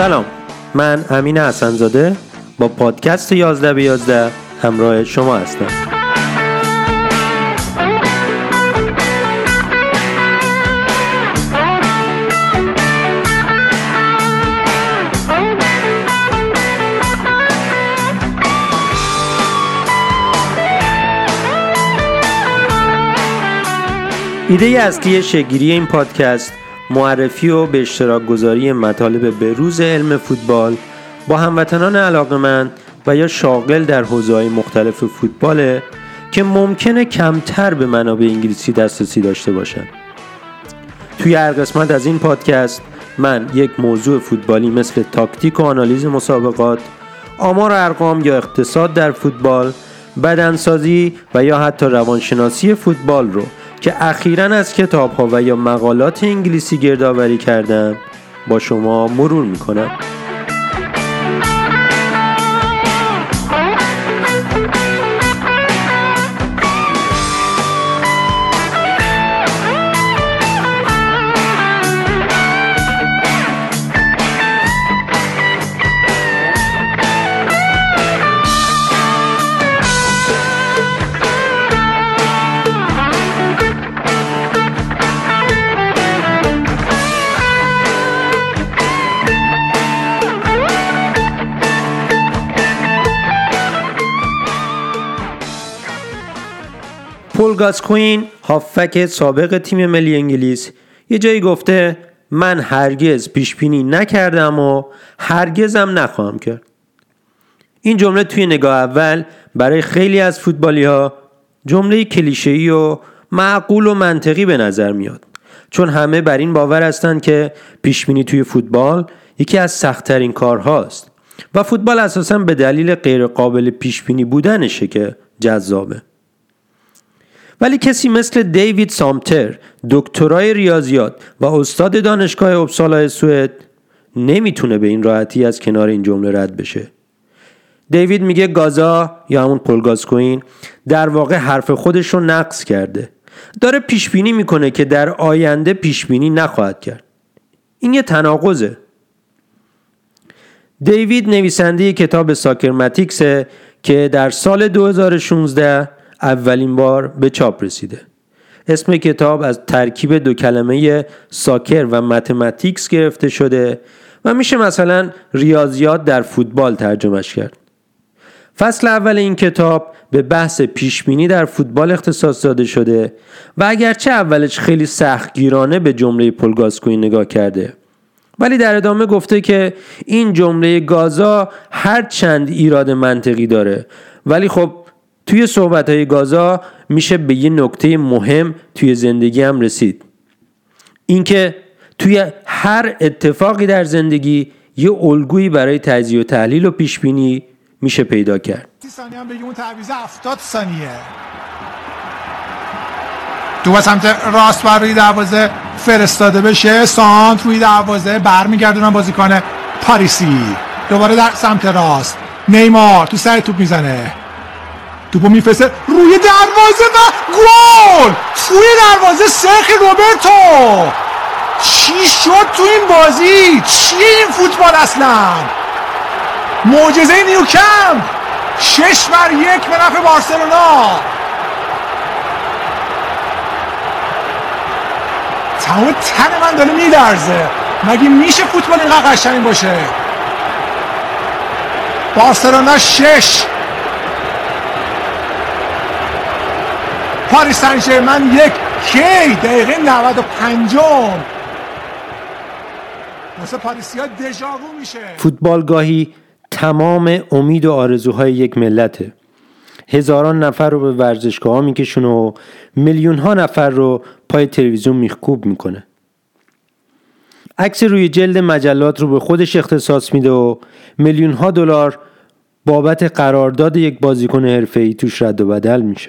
سلام، من امین حسن‌زاده با پادکست 11 به 11 همراه شما هستم. ایده اصلی شکل‌گیری این پادکست معرفی و به اشتراک گذاری مطالب بروز علم فوتبال با هموطنان علاقه‌مند و یا شاغل در حوزه‌های مختلف فوتباله که ممکنه کمتر به منابع انگلیسی دسترسی داشته باشن. توی هر قسمت از این پادکست من یک موضوع فوتبالی مثل تاکتیک و آنالیز مسابقات، آمار و ارقام یا اقتصاد در فوتبال، بدنسازی و یا حتی روانشناسی فوتبال رو که اخیراً از کتاب‌ها و یا مقالات انگلیسی گردآوری کردم با شما مرور می‌کنم. پول گاسکوین، هافبک سابق تیم ملی انگلیس، یه جایی گفته من هرگز پیشبینی نکردم و هرگزم نخواهم کرد. این جمله توی نگاه اول برای خیلی از فوتبالی‌ها جمله کلیشه‌ای و معقول و منطقی به نظر میاد، چون همه بر این باور هستند که پیشبینی توی فوتبال یکی از سخت‌ترین کارهاست و فوتبال اساساً به دلیل غیر قابل پیشبینی بودنشه که جذابه. ولی کسی مثل دیوید سامتر، دکترای ریاضیات و استاد دانشگاه اوبسالا سوئد نمیتونه به این راحتی از کنار این جمله رد بشه. دیوید میگه گازا یا همون پول گاسکوین در واقع حرف خودش رو نقص کرده. داره پیشبینی میکنه که در آینده پیشبینی نخواهد کرد. این یه تناقضه. دیوید نویسنده کتاب ساکرماتیکسه که در سال 2016 اولین بار به چاپ رسیده. اسم کتاب از ترکیب دو کلمه ساکر و متماتیکس گرفته شده و میشه مثلا ریاضیات در فوتبال ترجمهش کرد. فصل اول این کتاب به بحث پیشبینی در فوتبال اختصاص داده شده و اگرچه اولش خیلی سختگیرانه به جمله پول گاسکوین نگاه کرده، ولی در ادامه گفته که این جمله گازا هر چند ایراد منطقی داره، ولی خب توی صحبت‌های گازا میشه به یه نکته مهم توی زندگی هم رسید. اینکه توی هر اتفاقی در زندگی یه الگویی برای تجزیه و تحلیل و پیشبینی میشه پیدا کرد. 30 ثانیه هم بگیم اون تعویض 70 ثانیه. تو سمت راست بر روی دروازه فرستاده بشه، سانت روی دروازه برمیگردونن بازیکن پاریسی. دوباره در سمت راست نیمار تو سر توپ میزنه، توپو میفرسته روی دروازه و گل توی دروازه. سرخی روبرتو چی شد تو این بازی؟ چی این فوتبال اصلا؟ معجزه نیوکمپ 6-1 به نفع بارسلونا. تمام تن من داره میلرزه. مگه میشه فوتبال اینقدر قشنگ باشه؟ بارسلونا 6، پاریس سن ژرمن 1. کی دقیقه 95 واسه پاریسیا دژاوو میشه. فوتبال گاهی تمام امید و آرزوهای یک ملته. هزاران نفر رو به ورزشگاه ها میکشونه و میلیون ها نفر رو پای تلویزیون میخکوب میکنه. عکس روی جلد مجلات رو به خودش اختصاص میده و میلیون ها دلار بابت قرارداد یک بازیکن حرفه‌ای توش رد و بدل میشه.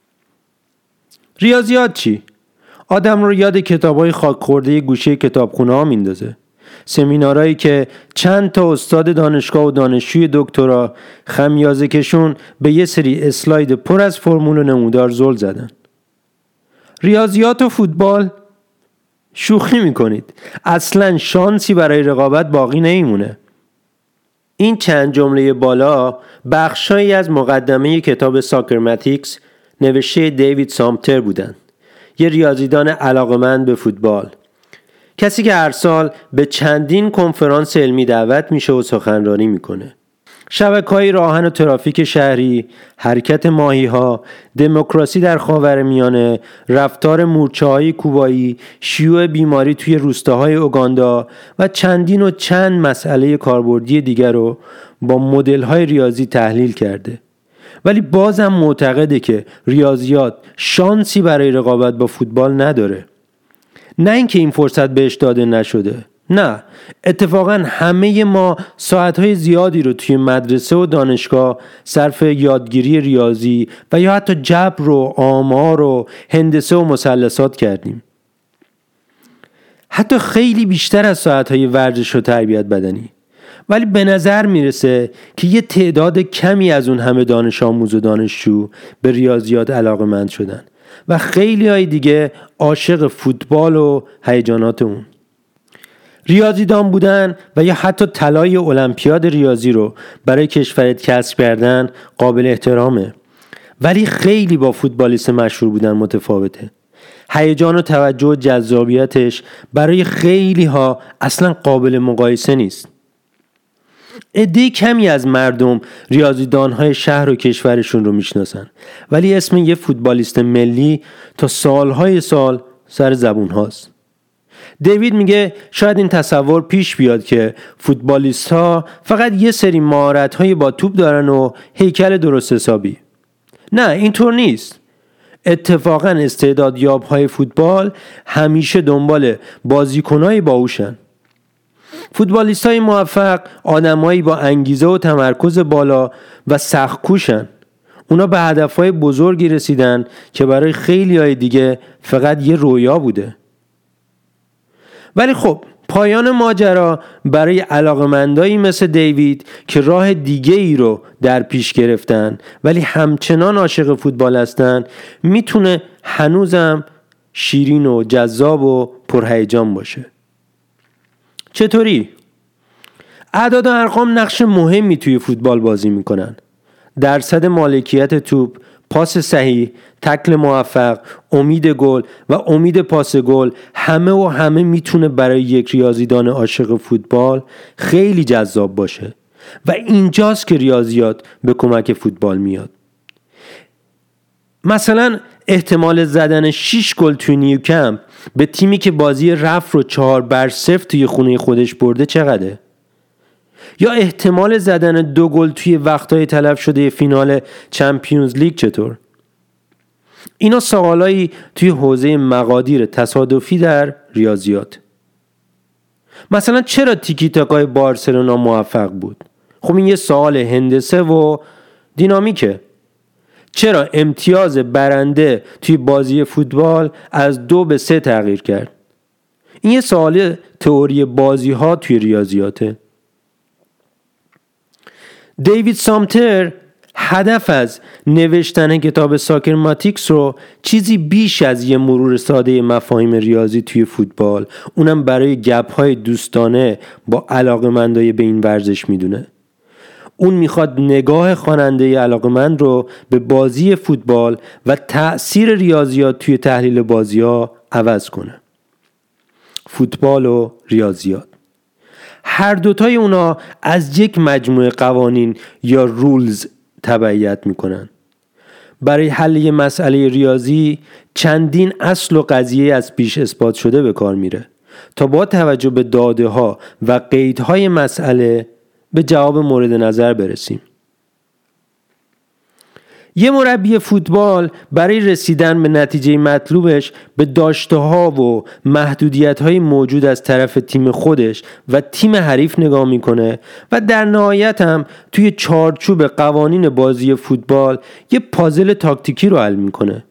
ریاضیات چی؟ آدم رو یاد کتابای خاک خورده گوشه کتابخونه ها میندازه. سمینارهایی که چند تا استاد دانشگاه و دانشجوی دکترا خمیازه کشون به یه سری اسلاید پر از فرمول و نمودار زل زدن. ریاضیات و فوتبال شوخی میکنید. اصلا شانسی برای رقابت باقی نمیمونه. این چند جمله بالا بخشایی از مقدمه کتاب ساکرماتیکس نوشته دیوید سامتر بودند. یه ریاضیدان علاقه‌مند به فوتبال. کسی که هر سال به چندین کنفرانس علمی دعوت میشه و سخنرانی میکنه. شبکه‌های راهن و ترافیک شهری، حرکت ماهی‌ها، دموکراسی در خاورمیانه، رفتار مورچه‌های کوبایی، شیوع بیماری توی روستاهای اوگاندا و چندین و چند مسئله کاربردی دیگر رو با مدل‌های ریاضی تحلیل کرده. ولی بازم معتقده که ریاضیات شانسی برای رقابت با فوتبال نداره. نه اینکه این فرصت بهش داده نشده، نه، اتفاقا همه ما ساعتهای زیادی رو توی مدرسه و دانشگاه صرف یادگیری ریاضی و یا حتی جبر و آمار و هندسه و مثلثات کردیم. حتی خیلی بیشتر از ساعتهای ورزش و تربیت بدنی. ولی به نظر میرسه که یه تعداد کمی از اون همه دانش آموز و دانشجو به ریاضیات علاقه‌مند شدن و خیلی های دیگه عاشق فوتبال و هیجانات اون. ریاضیدان بودن و یا حتی طلای المپیاد ریاضی رو برای کشورت کسب کردن قابل احترامه. ولی خیلی با فوتبالیست مشهور بودن متفاوته. هیجان و توجه و جذابیتش برای خیلی ها اصلا قابل مقایسه نیست. عده کمی از مردم ریاضیدان‌های شهر و کشورشون رو میشناسن، ولی اسم یه فوتبالیست ملی تا سالهای سال سر زبون هاست. دیوید میگه شاید این تصور پیش بیاد که فوتبالیست ها فقط یه سری مهارت های با توپ دارن و هیکل درست حسابی. نه، اینطور نیست. اتفاقا استعدادیاب های فوتبال همیشه دنبال بازیکنای باهوشن. فوتبالیست های موفق آدمایی با انگیزه و تمرکز بالا و سخت‌کوشن. اونا به هدفهای بزرگی رسیدن که برای خیلی های دیگه فقط یه رویا بوده. ولی خب پایان ماجرا برای علاقه‌مندایی مثل دیوید که راه دیگه ای رو در پیش گرفتن ولی همچنان عاشق فوتبال هستن میتونه هنوزم شیرین و جذاب و پرهیجان باشه. چطوری؟ اعداد و ارقام نقش مهمی توی فوتبال بازی میکنن. درصد مالکیت توپ، پاس صحیح، تکل موفق، امید گل و امید پاس گل همه میتونه برای یک ریاضیدان عاشق فوتبال خیلی جذاب باشه و اینجاست که ریاضیات به کمک فوتبال میاد. مثلا احتمال زدن 6 گل توی نیوکمپ به تیمی که بازی رفت رو 4-0 توی خونه خودش برده چقدره؟ یا احتمال زدن 2 گل توی وقتهای تلف شده فینال چمپیونز لیگ چطور؟ اینا سوالایی توی حوزه مقادیر تصادفی در ریاضیات. مثلا چرا تیکی تاکای بارسلونا موفق بود؟ خب این یه سوال هندسه و دینامیکه. چرا امتیاز برنده توی بازی فوتبال از 2 به 3 تغییر کرد؟ این یه سوال تئوری بازی ها توی ریاضیاته. دیوید سامتر هدف از نوشتن کتاب ساکرماتیکس رو چیزی بیش از یه مرور ساده مفاهیم ریاضی توی فوتبال، اونم برای گپ‌های دوستانه با علاقه‌مندای به این ورزش میدونه. اون میخواد نگاه خواننده علاقه‌مند رو به بازی فوتبال و تأثیر ریاضیات توی تحلیل بازی‌ها عوض کنه. فوتبال و ریاضیات هر دوتای اونا از یک مجموعه قوانین یا رولز تبعیت میکنن. برای حل یه مسئله ریاضی چندین اصل و قضیه از پیش اثبات شده به کار میره تا با توجه به داده ها و قیدهای مسئله به جواب مورد نظر برسیم. یه مربی فوتبال برای رسیدن به نتیجه مطلوبش به داشته‌ها و محدودیت‌های موجود از طرف تیم خودش و تیم حریف نگاه میکنه و در نهایت هم توی چارچوب قوانین بازی فوتبال یه پازل تاکتیکی رو حل میکنه.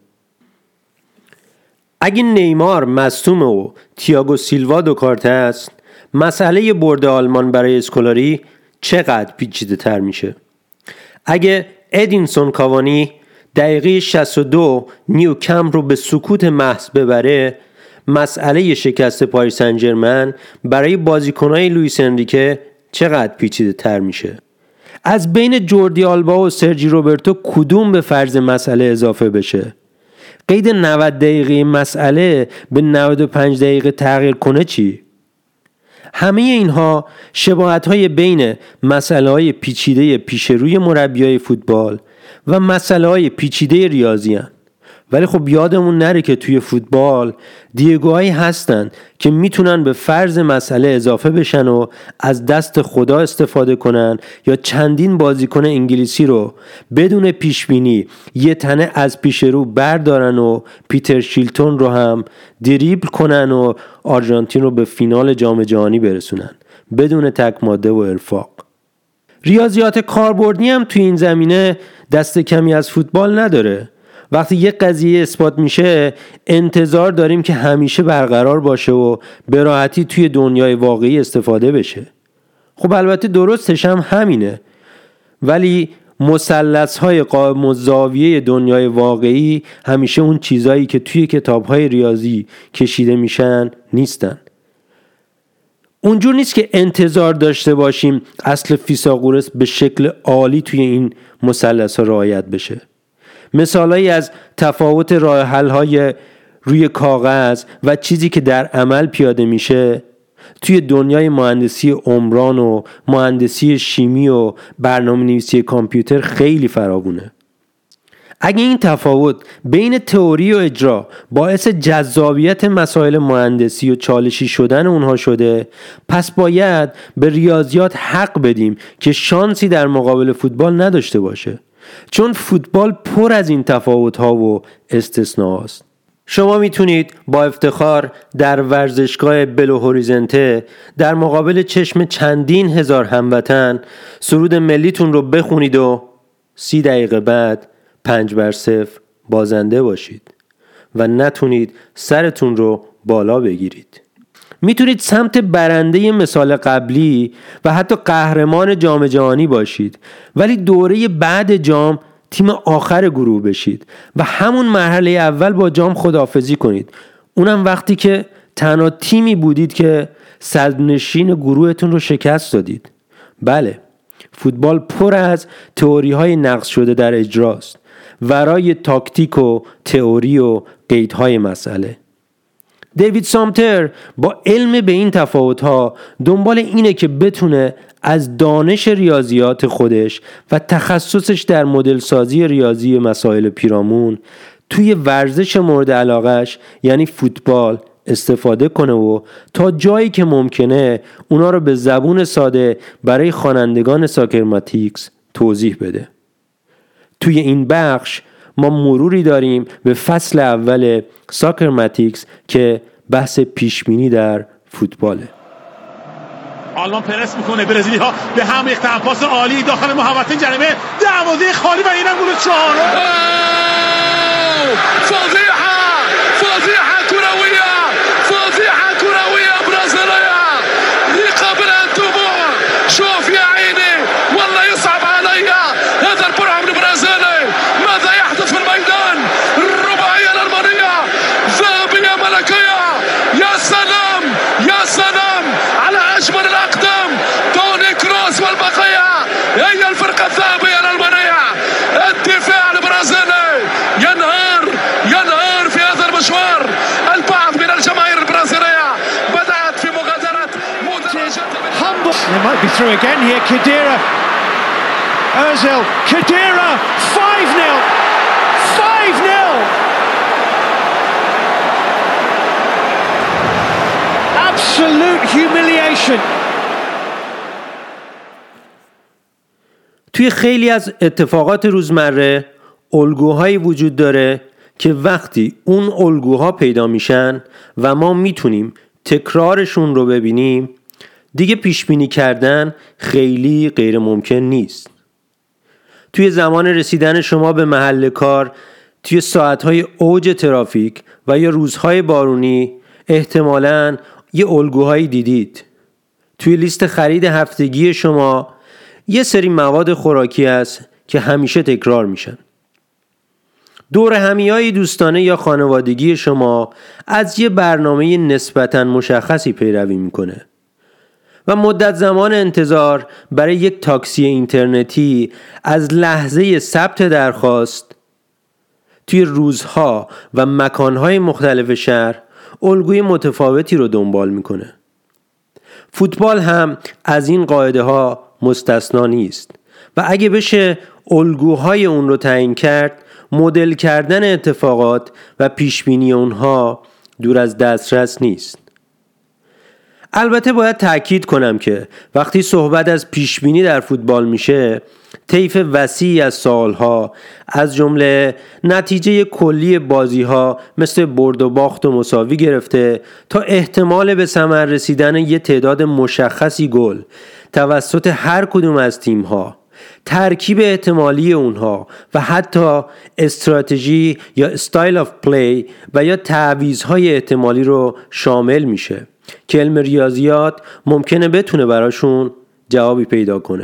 اگه نیمار مصدومه و تییاگو سیلوا دو کارته است، مسئله برد آلمان برای اسکولاری چقدر پیچیده تر میشه. اگه ادینسون کاوانی دقیقه 62 نیوکمپ رو به سکوت محض ببره مسئله شکست پاریس سن ژرمن برای بازیکنای لوئیس انریکه چقدر پیچیده تر میشه؟ از بین جوردی آلبا و سرجی روبرتو کدوم به فرض مسئله اضافه بشه؟ قید 90 دقیقه مسئله به 95 دقیقه تغییر کنه چی؟ همه اینها شباهت‌های بین مسائل پیچیده پیش روی مربیای فوتبال و مسائل پیچیده ریاضی هستند. ولی خب یادمون نره که توی فوتبال دیگوهایی هستن که میتونن به فرض مسئله اضافه بشن و از دست خدا استفاده کنن یا چندین بازیکن انگلیسی رو بدون پیشبینی یه تنه از پیش رو بردارن و پیتر شیلتون رو هم دریبل کنن و آرژانتین رو به فینال جام جهانی برسونن بدون تک ماده و ارفاق. ریاضیات کاربردی هم توی این زمینه دست کمی از فوتبال نداره. وقتی یک قضیه اثبات میشه انتظار داریم که همیشه برقرار باشه و به راحتی توی دنیای واقعی استفاده بشه. خب البته درستش هم همینه، ولی مثلث‌های قائم الزاویه دنیای واقعی همیشه اون چیزایی که توی کتاب‌های ریاضی کشیده میشن نیستن. اونجور نیست که انتظار داشته باشیم اصل فیثاغورس به شکل عالی توی این مثلث‌ها رعایت بشه. مثالایی از تفاوت راه حل‌های روی کاغذ و چیزی که در عمل پیاده میشه توی دنیای مهندسی عمران و مهندسی شیمی و برنامه‌نویسی کامپیوتر خیلی فراوونه. اگه این تفاوت بین تئوری و اجرا باعث جذابیت مسائل مهندسی و چالشی شدن اونها شده، پس باید به ریاضیات حق بدیم که شانسی در مقابل فوتبال نداشته باشه، چون فوتبال پر از این تفاوت‌ها و استثناءات. شما میتونید با افتخار در ورزشگاه بلو هوریزنته در مقابل چشم چندین هزار هموطن سرود ملیتون رو بخونید و 30 دقیقه بعد 5-0 بازنده باشید و نتونید سرتون رو بالا بگیرید. میتونید سمت برنده مثال قبلی و حتی قهرمان جام جهانی باشید، ولی دوره بعد جام تیم آخر گروه بشید و همون مرحله اول با جام خداحافظی کنید، اونم وقتی که تنها تیمی بودید که صدرنشین گروهتون رو شکست دادید. بله، فوتبال پر از تئوری‌های نقض شده در اجراست، ورای تاکتیک و تئوری و قیدهای مسئله. دیوید سامتر با علم به این تفاوت‌ها دنبال اینه که بتونه از دانش ریاضیات خودش و تخصصش در مدل سازی ریاضی مسائل پیرامون توی ورزش مورد علاقش یعنی فوتبال استفاده کنه و تا جایی که ممکنه اونا رو به زبون ساده برای خوانندگان ساکرماتیکس توضیح بده. توی این بخش ما مروری داریم به فصل اول ساکرماتیکس که بحث پیشبینی در فوتباله. آلمان پرس میکنه، برزیلی ها به هم ریختن، پاس عالی داخل محوطه جریمه، دروازه خالی و اینم گل چهارم. فضيحة كروية، فضيحة كروية برازيلية قبل أن تبوع. شوف يا عيني والله يصعب عليا هذا البرعم البرازيلي، ماذا يحدث في الميدان؟ الرباعية الألمانية ذهبية ملكية. يا سلام يا سلام على أجمل الأقدام، توني كروس والبقية هي الفرقة الذهبية الألمانية. الدفاع البرازيلي ينهار في هذا المشوار. البعض من الجماهير البرازيلية بدأت في مغادرة مدرجات. They might be through again here. Khedira, Özil, Khedira, 5-0, 5-0. Absolute humiliation. توی خیلی از اتفاقات روزمره الگوهایی وجود داره که وقتی اون الگوها پیدا میشن و ما میتونیم تکرارشون رو ببینیم دیگه پیشبینی کردن خیلی غیر ممکن نیست. توی زمان رسیدن شما به محل کار، توی ساعتهای اوج ترافیک و یا روزهای بارونی احتمالاً یه الگوهایی دیدید. توی لیست خرید هفتگی شما یه سری مواد خوراکی هست که همیشه تکرار میشن. دور همیای دوستانه یا خانوادگی شما از یه برنامه نسبتاً مشخصی پیروی میکنه و مدت زمان انتظار برای یک تاکسی اینترنتی از لحظه ثبت درخواست توی روزها و مکانهای مختلف شهر الگوی متفاوتی رو دنبال میکنه. فوتبال هم از این قاعده ها مستثنا نیست و اگه بشه الگوهای اون رو تعیین کرد، مدل کردن اتفاقات و پیشبینی اونها دور از دسترس نیست. البته باید تأکید کنم که وقتی صحبت از پیشبینی در فوتبال میشه، طیف وسیعی از سوالها از جمله نتیجه کلی بازی‌ها مثل برد و باخت و مساوی گرفته تا احتمال به ثمر رسیدن یه تعداد مشخصی گل توسط هر کدوم از تیم‌ها، ترکیب احتمالی اونها و حتی استراتژی یا استایل آف پلی و یا تعویض‌های احتمالی رو شامل میشه که علم ریاضیات ممکنه بتونه براشون جوابی پیدا کنه.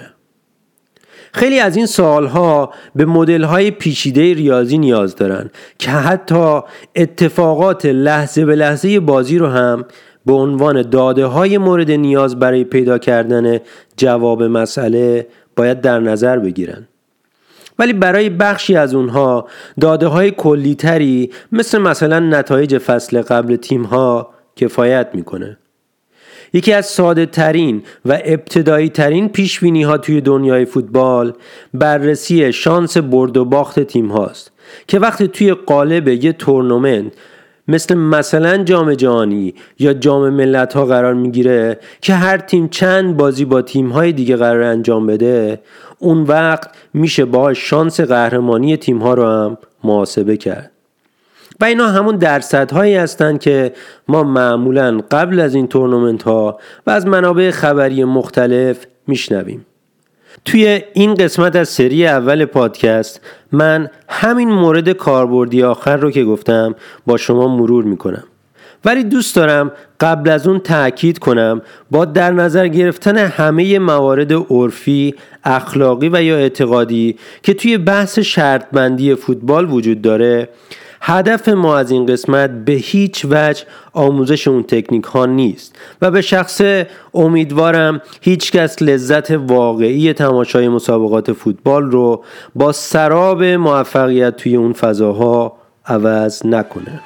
خیلی از این سوالها به مدل‌های پیچیده ریاضی نیاز دارن که حتی اتفاقات لحظه به لحظه بازی رو هم به عنوان داده‌های مورد نیاز برای پیدا کردن جواب مسئله باید در نظر بگیرن. ولی برای بخشی از اونها داده‌های کلی‌تری مثلا نتایج فصل قبل تیم‌ها کفایت میکنه. یکی از ساده ترین و ابتدایی ترین پیش بینی ها توی دنیای فوتبال بررسی شانس برد و باخت تیم هاست که وقتی توی قالب یه تورنمنت مثلا جام جهانی یا جام ملت‌ها قرار میگیره که هر تیم چند بازی با تیم‌های دیگه قرار انجام بده، اون وقت میشه باهاش شانس قهرمانی تیم‌ها رو هم محاسبه کرد. و اینا همون درصدهایی هستن که ما معمولاً قبل از این تورنمنت ها و از منابع خبری مختلف میشنویم. توی این قسمت از سری اول پادکست من همین مورد کاربردی آخر رو که گفتم با شما مرور میکنم. ولی دوست دارم قبل از اون تأکید کنم با در نظر گرفتن همه موارد عرفی، اخلاقی و یا اعتقادی که توی بحث شرطبندی فوتبال وجود داره، هدف ما از این قسمت به هیچ وجه آموزش اون تکنیک ها نیست و به شخصه امیدوارم هیچ کس لذت واقعی تماشای مسابقات فوتبال رو با سراب موفقیت توی اون فضاها عوض نکنه.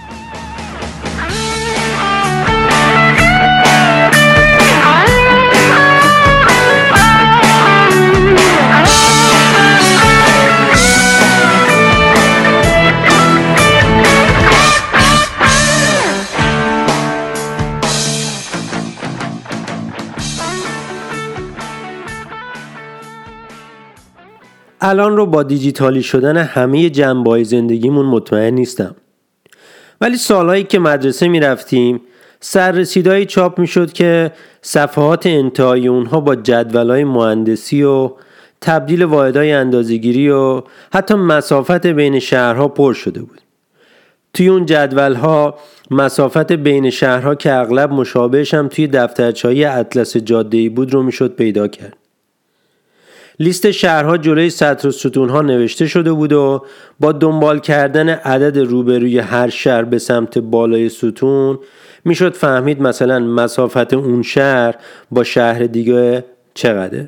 الان رو با دیجیتالی شدن همه جنبه‌های زندگیمون مطمئن نیستم. ولی سالهایی که مدرسه می رفتیم سررسیدهایی چاپ می شد که صفحات انتهایی اونها با جدولای مهندسی و تبدیل واحدهای اندازه‌گیری و حتی مسافت بین شهرها پر شده بود. توی اون جدولها مسافت بین شهرها که اغلب مشابهش هم توی دفترچه‌های اطلس جاده‌ای بود رو می شد پیدا کرد. لیست شهرها جلوی سطر و ستونها نوشته شده بود و با دنبال کردن عدد روبروی هر شهر به سمت بالای ستون میشد فهمید مثلا مسافت اون شهر با شهر دیگه چقدره.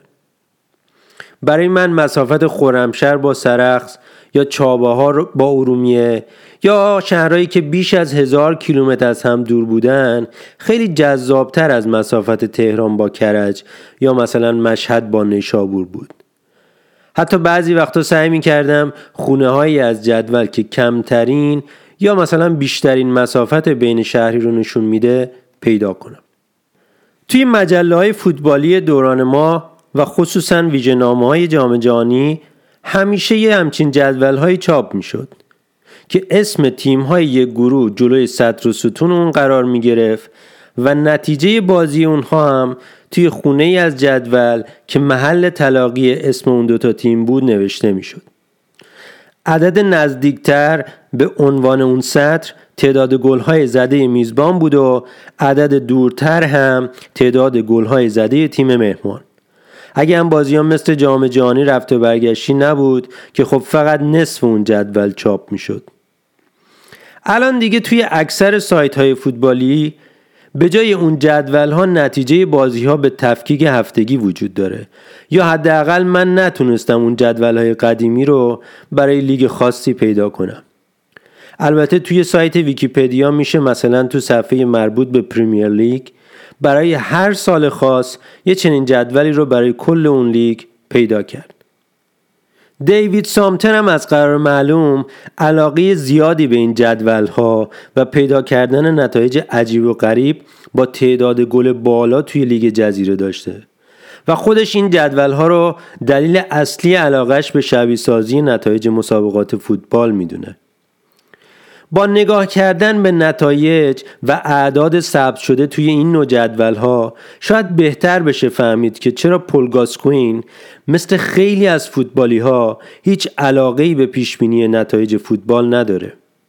برای من مسافت خرمشهر با سرخس یا چابهار با ارومیه یا شهرهایی که بیش از 1000 کیلومتر از هم دور بودن خیلی جذابتر از مسافت تهران با کرج یا مثلا مشهد با نیشابور بود. حتی بعضی وقتا سعی می کردم خونه هایی از جدول که کمترین یا مثلا بیشترین مسافت بین شهری رو نشون میده پیدا کنم. توی مجله های فوتبالی دوران ما و خصوصا ویژه‌نامه های جام جهانی همیشه یه همچین جدول های چاپ می شد که اسم تیم های یک گروه جلوی سطر و ستون اون قرار می گرفت و نتیجه بازی اونها هم توی خونه ای از جدول که محل تلاقی اسم اون دوتا تیم بود نوشته می شد. عدد نزدیکتر به عنوان اون سطر تعداد گل‌های زده میزبان بود و عدد دورتر هم تعداد گل‌های زده تیم مهمان. اگه هم بازی ها مثل جام جهانی رفت و برگشتی نبود که خب فقط نصف اون جدول چاپ میشد. الان دیگه توی اکثر سایت های فوتبالی به جای اون جدول ها نتیجه بازی ها به تفکیک هفتگی وجود داره، یا حداقل من نتونستم اون جدول های قدیمی رو برای لیگ خاصی پیدا کنم. البته توی سایت ویکی‌پدیا میشه مثلا تو صفحه مربوط به پریمیر لیگ برای هر سال خاص یه چنین جدولی رو برای کل اون لیگ پیدا کرد. دیوید سامتر هم از قرار معلوم علاقه زیادی به این جدول‌ها و پیدا کردن نتایج عجیب و غریب با تعداد گل بالا توی لیگ جزیره داشته و خودش این جدول‌ها رو دلیل اصلی علاقهش به شبیه سازی نتایج مسابقات فوتبال میدونه. با نگاه کردن به نتایج و اعداد ثبت شده توی این نوع جدول‌ها شاید بهتر بشه فهمید که چرا پول گاسکوین مثل خیلی از فوتبالی‌ها هیچ علاقه‌ای به پیشبینی نتایج فوتبال نداره.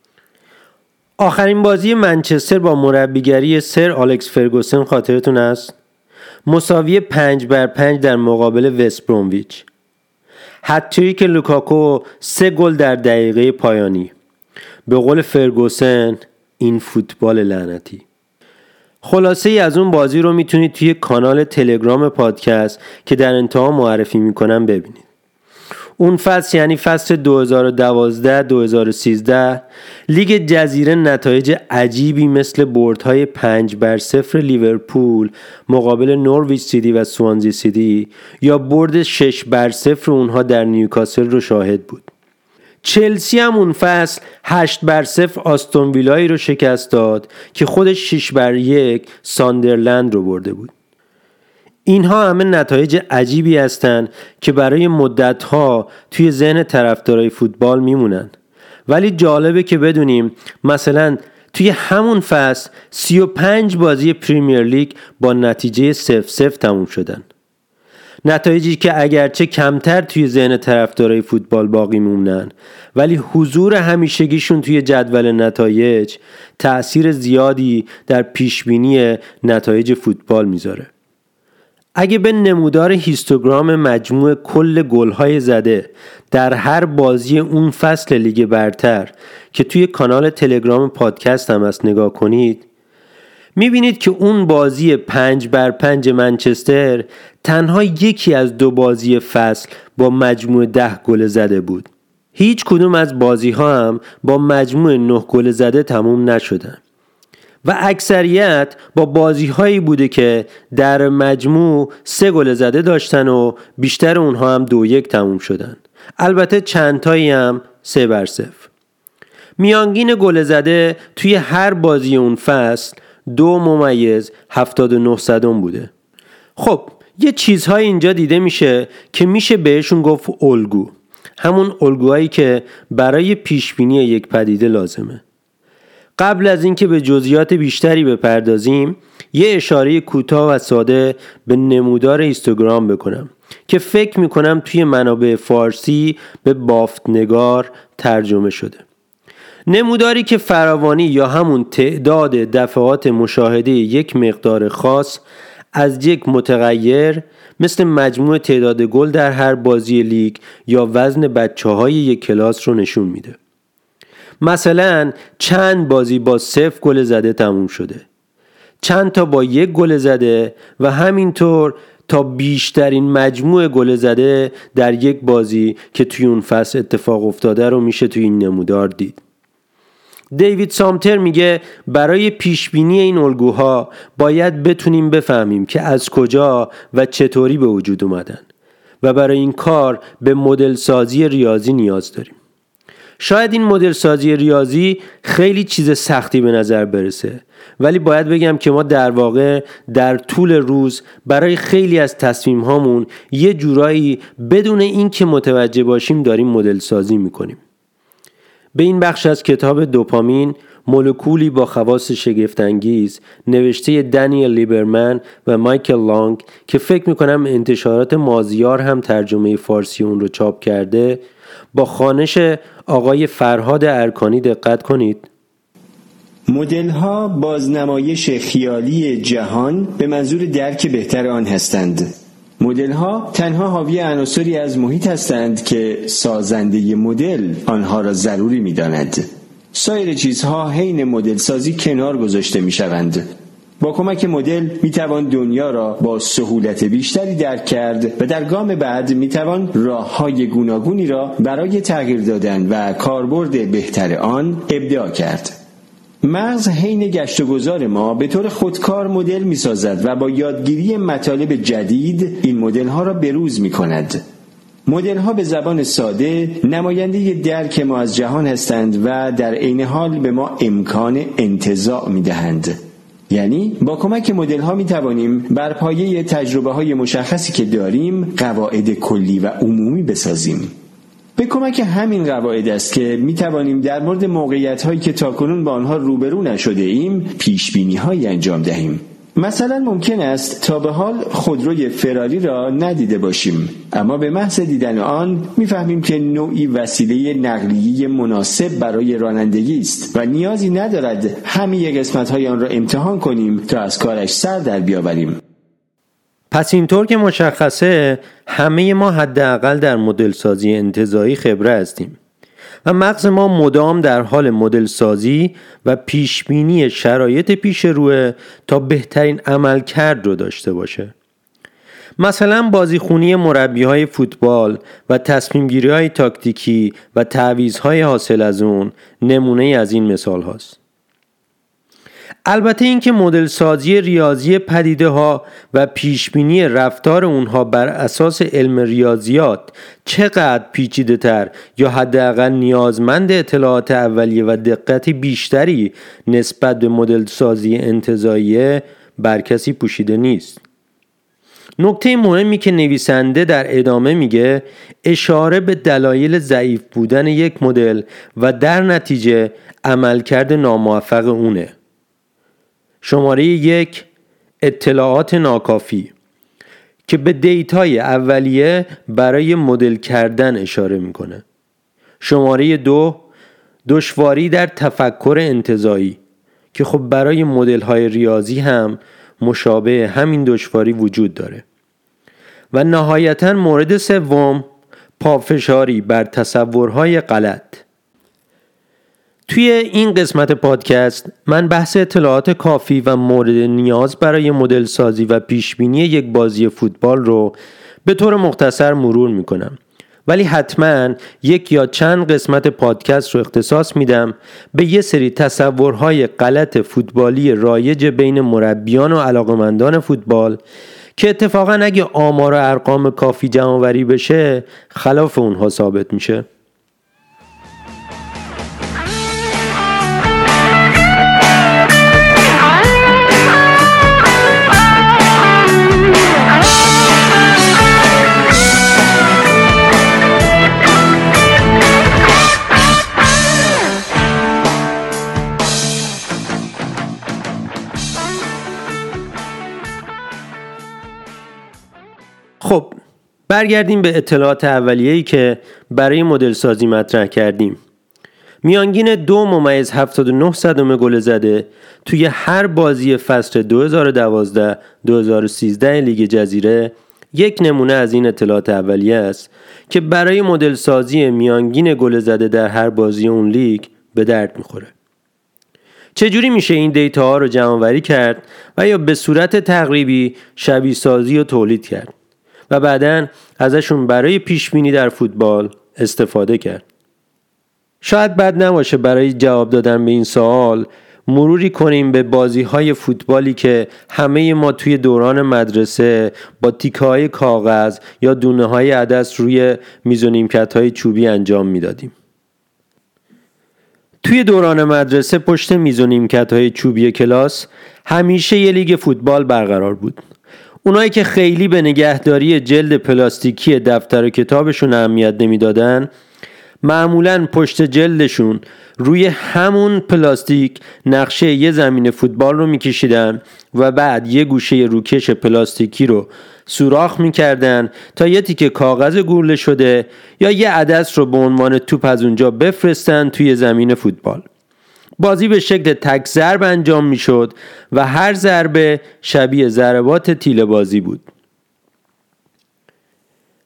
آخرین بازی منچستر با مربیگری سر آلکس فرگوسن خاطرتون است؟ مساوی 5-5 در مقابل وست برومویچ. هتریک لوکاکو 3 گل در دقیقه پایانی. به قول فرگوسن این فوتبال لعنتی. خلاصه ای از اون بازی رو میتونید توی کانال تلگرام پادکست که در انتها معرفی میکنم ببینید. اون فصل یعنی فصل 2012-2013 لیگ جزیره نتایج عجیبی مثل بردهای 5-0 لیورپول مقابل نورویچ سیتی و سوانزی سیتی یا برد 6-0 اونها در نیوکاسل رو شاهد بود. چلسی هم اون فصل 8-0 آستون ویلایی رو شکست داد که خودش 6-1 ساندرلند رو برده بود. اینها همه نتایج عجیبی هستن که برای مدتها توی ذهن طرفدارای فوتبال میمونن. ولی جالبه که بدونیم مثلا توی همون فصل 35 بازی پریمیر لیگ با نتیجه 0-0 تموم شدن. نتایجی که اگرچه کمتر توی ذهن طرفدارای فوتبال باقی موندن ولی حضور همیشگیشون توی جدول نتایج تأثیر زیادی در پیشبینی نتایج فوتبال میذاره. اگه به نمودار هیستوگرام مجموع کل گل‌های زده در هر بازی اون فصل لیگ برتر که توی کانال تلگرام پادکست هم هست نگاه کنید، میبینید که اون بازی 5-5 منچستر تنها یکی از 2 بازی فصل با مجموع 10 گل زده بود. هیچ کدوم از بازی ها هم با مجموع 9 گل زده تموم نشدن و اکثریت با بازی هایی بوده که در مجموع 3 گل زده داشتن و بیشتر اونها هم 2-1 تموم شدن. البته چند تایی هم 3-0. میانگین گل زده توی هر بازی اون فصل 2.79 بوده. خب یه چیزهای اینجا دیده میشه که میشه بهشون گفت الگو، همون الگوهایی که برای پیشبینی یک پدیده لازمه. قبل از اینکه به جزئیات بیشتری بپردازیم یه اشاره کوتاه و ساده به نمودار هیستوگرام بکنم که فکر میکنم توی منابع فارسی به بافتنگار ترجمه شده. نموداری که فراوانی یا همون تعداد دفعات مشاهده یک مقدار خاص از یک متغیر مثل مجموع تعداد گل در هر بازی لیگ یا وزن بچه‌های یک کلاس رو نشون میده. مثلا چند بازی با 0 گل زده تموم شده، چند تا با 1 گل زده و همینطور تا بیشترین مجموع گل زده در یک بازی که توی اون فصل اتفاق افتاده رو میشه توی این نمودار دید. دیوید سامتر میگه برای پیشبینی این الگوها باید بتونیم بفهمیم که از کجا و چطوری به وجود اومدن و برای این کار به مدل سازی ریاضی نیاز داریم. شاید این مدل سازی ریاضی خیلی چیز سختی به نظر برسه، ولی باید بگم که ما در واقع در طول روز برای خیلی از تصمیم هامون یه جورایی بدون این که متوجه باشیم داریم مدل سازی میکنیم. به این بخش از کتاب دوپامین، مولکولی با خواص شگفت‌انگیز نوشته دانیل لیبرمن و مایکل لانگ که فکر میکنم انتشارات مازیار هم ترجمه فارسی اون رو چاپ کرده، با خوانش آقای فرهاد ارکانی دقت کنید. مدل‌ها بازنمایش خیالی جهان به منظور درک بهتر آن هستند. مدل‌ها تنها حاوی عناصری از محیط هستند که سازنده مدل آنها را ضروری می‌داند. سایر چیزها حین مدل سازی کنار گذاشته می‌شوند. با کمک مدل می‌توان دنیا را با سهولت بیشتری درک کرد و در گام بعد می‌توان راه‌های گوناگونی را برای تغییر دادن و کاربرد بهتر آن ابداع کرد. مغز حین گشت و گذار ما به طور خودکار مدل می‌سازد و با یادگیری مطالب جدید این مدل‌ها را بروز می‌کند. مدل‌ها به زبان ساده نماینده درک ما از جهان هستند و در عین حال به ما امکان انتزاع می‌دهند. یعنی با کمک مدل‌ها می‌توانیم بر پایه تجربه‌های مشخصی که داریم قواعد کلی و عمومی بسازیم. به کمک همین قواعد است که می‌توانیم در مورد موقعیت‌هایی که تاکنون با آنها روبرو نشده ایم پیش‌بینی‌هایی انجام دهیم. مثلا ممکن است تا به حال خودروی فراری را ندیده باشیم، اما به محض دیدن آن می‌فهمیم که نوعی وسیله نقلیه مناسب برای رانندگی است و نیازی ندارد همه قسمت‌های آن را امتحان کنیم تا از کارش سر در بیاوریم. پس اینطور که مشخصه همه ما حداقل در مدل سازی انتزاعی خبره هستیم و مغز ما مدام در حال مدل سازی و پیشبینی شرایط پیش روه تا بهترین عملکرد رو داشته باشه. مثلا بازیخونی مربی‌های فوتبال و تصمیم‌گیری‌های تاکتیکی و تعویض‌های حاصل از اون نمونه از این مثال هاست. البته اینکه مدل سازی ریاضی پدیده ها و پیشبینی رفتار اونها بر اساس علم ریاضیات چقدر پیچیده تر یا حداقل نیازمند اطلاعات اولیه و دقت بیشتری نسبت به مدل سازی انتزاعی بر کسی پوشیده نیست. نکته مهمی که نویسنده در ادامه میگه اشاره به دلایل ضعیف بودن یک مدل و در نتیجه عملکرد ناموفق اونه. شماره 1 اطلاعات ناکافی که به دیتای اولیه برای مدل کردن اشاره میکنه. شماره 2 دشواری در تفکر انتزاعی که خب برای مدل های ریاضی هم مشابه همین دشواری وجود داره. و نهایتاً مورد 3 پافشاری بر تصورهای غلط. توی این قسمت پادکست من بحث اطلاعات کافی و مورد نیاز برای مدل سازی و پیشبینی یک بازی فوتبال رو به طور مختصر مرور میکنم، ولی حتما یک یا چند قسمت پادکست رو اختصاص میدم به یه سری تصورهای غلط فوتبالی رایج بین مربیان و علاقمندان فوتبال که اتفاقا اگه آمار و ارقام کافی جمع‌آوری بشه خلاف اونها ثابت میشه. خب برگردیم به اطلاعات اولیه‌ای که برای مدل سازی مطرح کردیم. میانگین 2.79 گل زده توی هر بازی فصل 2012-2013 لیگ جزیره یک نمونه از این اطلاعات اولیه است که برای مدل سازی میانگین گل زده در هر بازی اون لیگ به درد میخوره. چجوری میشه این دیتا ها رو جمع آوری کرد و یا به صورت تقریبی شبیه سازی و تولید کرد و بعداً ازشون برای پیشبینی در فوتبال استفاده کرد؟ شاید بد نباشه برای جواب دادن به این سوال مروری کنیم به بازی‌های فوتبالی که همه ما توی دوران مدرسه با تیکه‌های کاغذ یا دونه‌های عدس روی میز و نیمکت‌های چوبی انجام میدادیم. توی دوران مدرسه پشت میز و نیمکت‌های چوبی کلاس همیشه یه لیگ فوتبال برقرار بود. اونایی که خیلی به نگهداری جلد پلاستیکی دفتر و کتابشون اهمیت نمیدادن معمولاً پشت جلدشون روی همون پلاستیک نقشه یه زمین فوتبال رو میکشیدن و بعد یه گوشه روکش پلاستیکی رو سوراخ میکردن تا یه تیکه کاغذ گوله شده یا یه عدس رو به عنوان توپ از اونجا بفرستن توی زمین فوتبال. بازی به شکل تک ضرب انجام میشد و هر ضربه شبیه ضربات تیله بازی بود.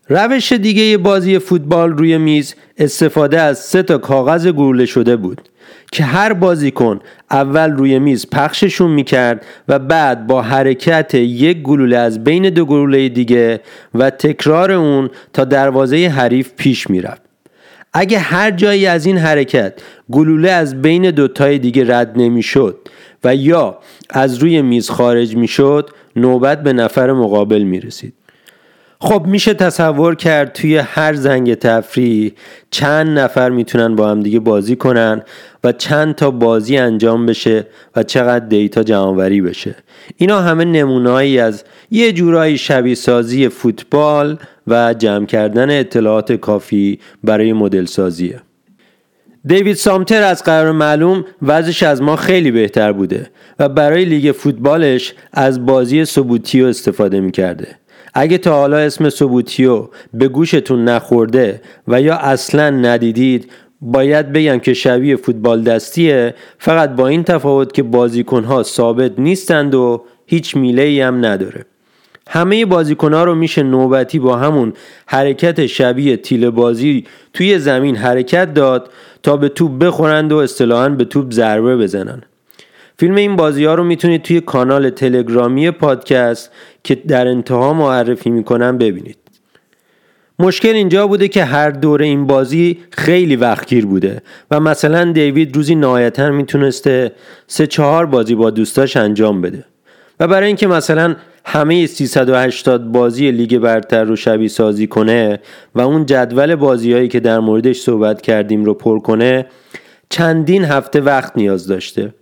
روش دیگه بازی فوتبال روی میز استفاده از 3 کاغذ گلوله شده بود که هر بازیکن اول روی میز پخششون میکرد و بعد با حرکت یک گلوله از بین 2 گلوله دیگه و تکرار اون تا دروازه حریف پیش میرفت. اگه هر جایی از این حرکت گلوله از بین 2 تای دیگه رد نمیشد و یا از روی میز خارج میشد، نوبت به نفر مقابل میرسید. خب میشه تصور کرد توی هر زنگ تفریح چند نفر میتونن با هم دیگه بازی کنن و چند تا بازی انجام بشه و چقدر دیتا جمع‌آوری بشه. اینا همه نمونه‌ای از یه جورایی شبیه سازی فوتبال و جمع کردن اطلاعات کافی برای مدل سازیه. دیوید سامتر از قرار معلوم وضعش از ما خیلی بهتر بوده و برای لیگ فوتبالش از بازی سوبوتیو استفاده میکرده. اگه تا حالا اسم سوبوتیو به گوشتون نخورده و یا اصلاً ندیدید، باید بگم که شبیه فوتبال دستیه، فقط با این تفاوت که بازیکنها ثابت نیستند و هیچ میله‌ای هم نداره. همه بازیکنها رو میشه نوبتی با همون حرکت شبیه تیله بازی توی زمین حرکت داد تا به توپ بخورند و اصطلاحاً به توپ ضربه بزنن. فیلم این بازی‌ها رو میتونید توی کانال تلگرامی پادکست که در انتها معرفی میکنم ببینید. مشکل اینجا بوده که هر دوره این بازی خیلی وقتگیر بوده و مثلا دیوید روزی نهایتاً میتونسته 3-4 بازی با دوستاش انجام بده و برای اینکه مثلا همه 380 بازی لیگ برتر رو شبیه سازی کنه و اون جدول بازی‌هایی که در موردش صحبت کردیم رو پر کنه، چندین هفته وقت نیاز داشته.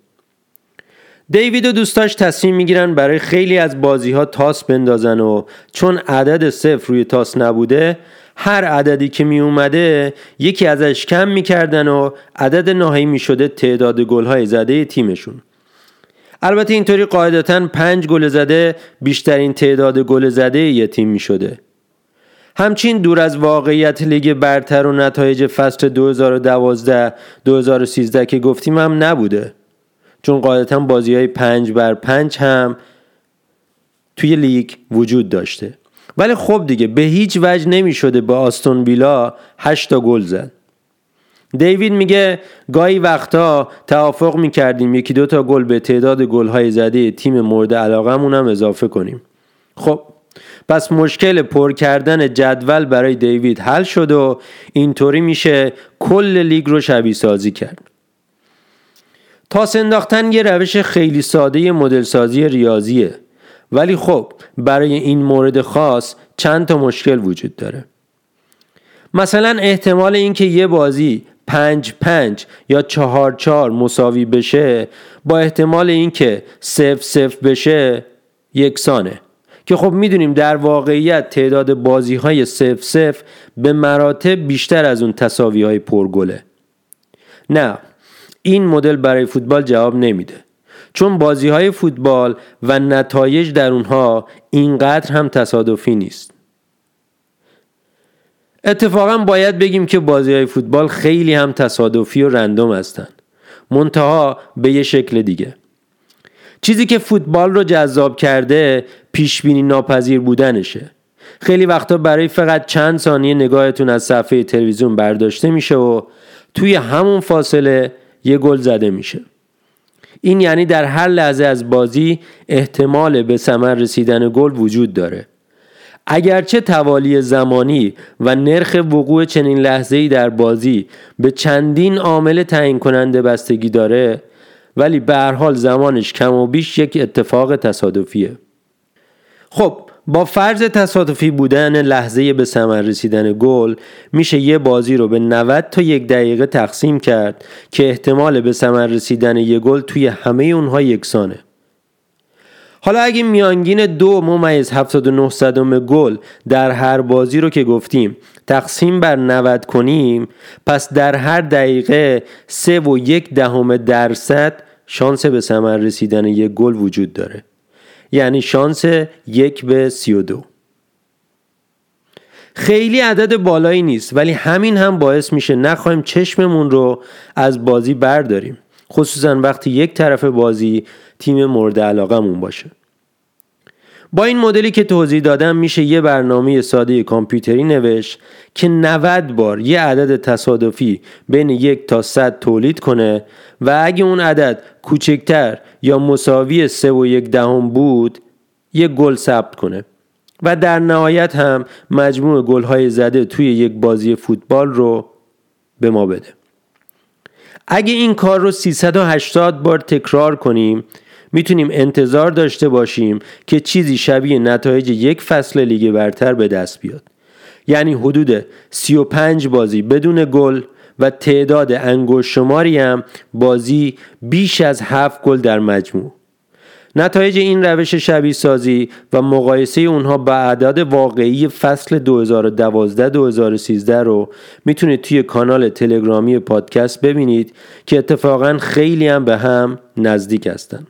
دیوید و دوستاش تصمیم میگیرن برای خیلی از بازی‌ها تاس بندازن و چون عدد 0 روی تاس نبوده، هر عددی که می اومده یکی ازش کم میکردن و عدد نهایی میشده تعداد گل‌های زده تیمشون. البته اینطوری قاعدتاً 5 گل زده بیشترین تعداد گل زده یه تیم میشده. همچین دور از واقعیت لیگ برتر و نتایج فصل 2012-2013 که گفتیم هم نبوده، چون قاعدتاً بازی‌های 5x5 هم توی لیگ وجود داشته. ولی خب دیگه به هیچ وجه نمی شده با آستون ویلا 8 گل زد. دیوید میگه گاهی وقتا توافق میکردیم 1-2 گل به تعداد گل‌های زده تیم مورد علاقمون هم اضافه کنیم. خب پس مشکل پر کردن جدول برای دیوید حل شد و اینطوری میشه کل لیگ رو شبیه سازی کرد. تاس انداختن یه روش خیلی ساده مدل سازی ریاضیه، ولی خب برای این مورد خاص چند تا مشکل وجود داره. مثلا احتمال این که یه بازی 5-5 یا 4-4 مساوی بشه با احتمال این که 0-0 بشه یکسانه، که خب میدونیم در واقعیت تعداد بازی‌های 0-0 به مراتب بیشتر از اون تساوی‌های پرگله. نه، این مدل برای فوتبال جواب نمیده، چون بازی‌های فوتبال و نتایج در اونها اینقدر هم تصادفی نیست. اتفاقا باید بگیم که بازی‌های فوتبال خیلی هم تصادفی و رندوم هستن، منتها به یه شکل دیگه. چیزی که فوتبال رو جذاب کرده پیشبینی ناپذیر بودنشه. خیلی وقتا برای فقط چند ثانیه نگاهتون از صفحه تلویزیون برداشته میشه و توی همون فاصله یه گل زده میشه. این یعنی در هر لحظه از بازی احتمال به ثمر رسیدن گل وجود داره. اگرچه توالی زمانی و نرخ وقوع چنین لحظه‌ای در بازی به چندین عامل تعیین کننده بستگی داره، ولی به هر حال زمانش کم و بیش یک اتفاق تصادفیه. خب با فرض تصادفی بودن لحظه به ثمر رسیدن گل، میشه یه بازی رو به 90 تا 1 دقیقه تقسیم کرد که احتمال به ثمر رسیدن یه گل توی همه اونها یکسانه. حالا اگه میانگین 2.79 گل در هر بازی رو که گفتیم تقسیم بر 90 کنیم، پس در هر دقیقه 3.1% شانس به ثمر رسیدن یک گل وجود داره، یعنی شانس 1/32. خیلی عدد بالایی نیست، ولی همین هم باعث میشه نخواهیم چشممون رو از بازی برداریم، خصوصا وقتی یک طرف بازی تیم مورد علاقمون باشه. با این مدلی که توضیح دادم میشه یه برنامه ساده کامپیوتری نوشت که 90 بار یه عدد تصادفی بین 1 تا 100 تولید کنه و اگه اون عدد کوچکتر یا مساوی 3.1 بود یه گل ثبت کنه و در نهایت هم مجموع گل‌های زده توی یک بازی فوتبال رو به ما بده. اگه این کار رو 380 بار تکرار کنیم میتونیم انتظار داشته باشیم که چیزی شبیه نتایج یک فصل لیگ برتر به دست بیاد. یعنی حدود 35 بازی بدون گل و تعداد انگشت شماری هم بازی بیش از 7 گل در مجموع. نتایج این روش شبیه سازی و مقایسه اونها با اعداد واقعی فصل 2012-2013 رو میتونید توی کانال تلگرامی پادکست ببینید که اتفاقا خیلی هم به هم نزدیک هستن.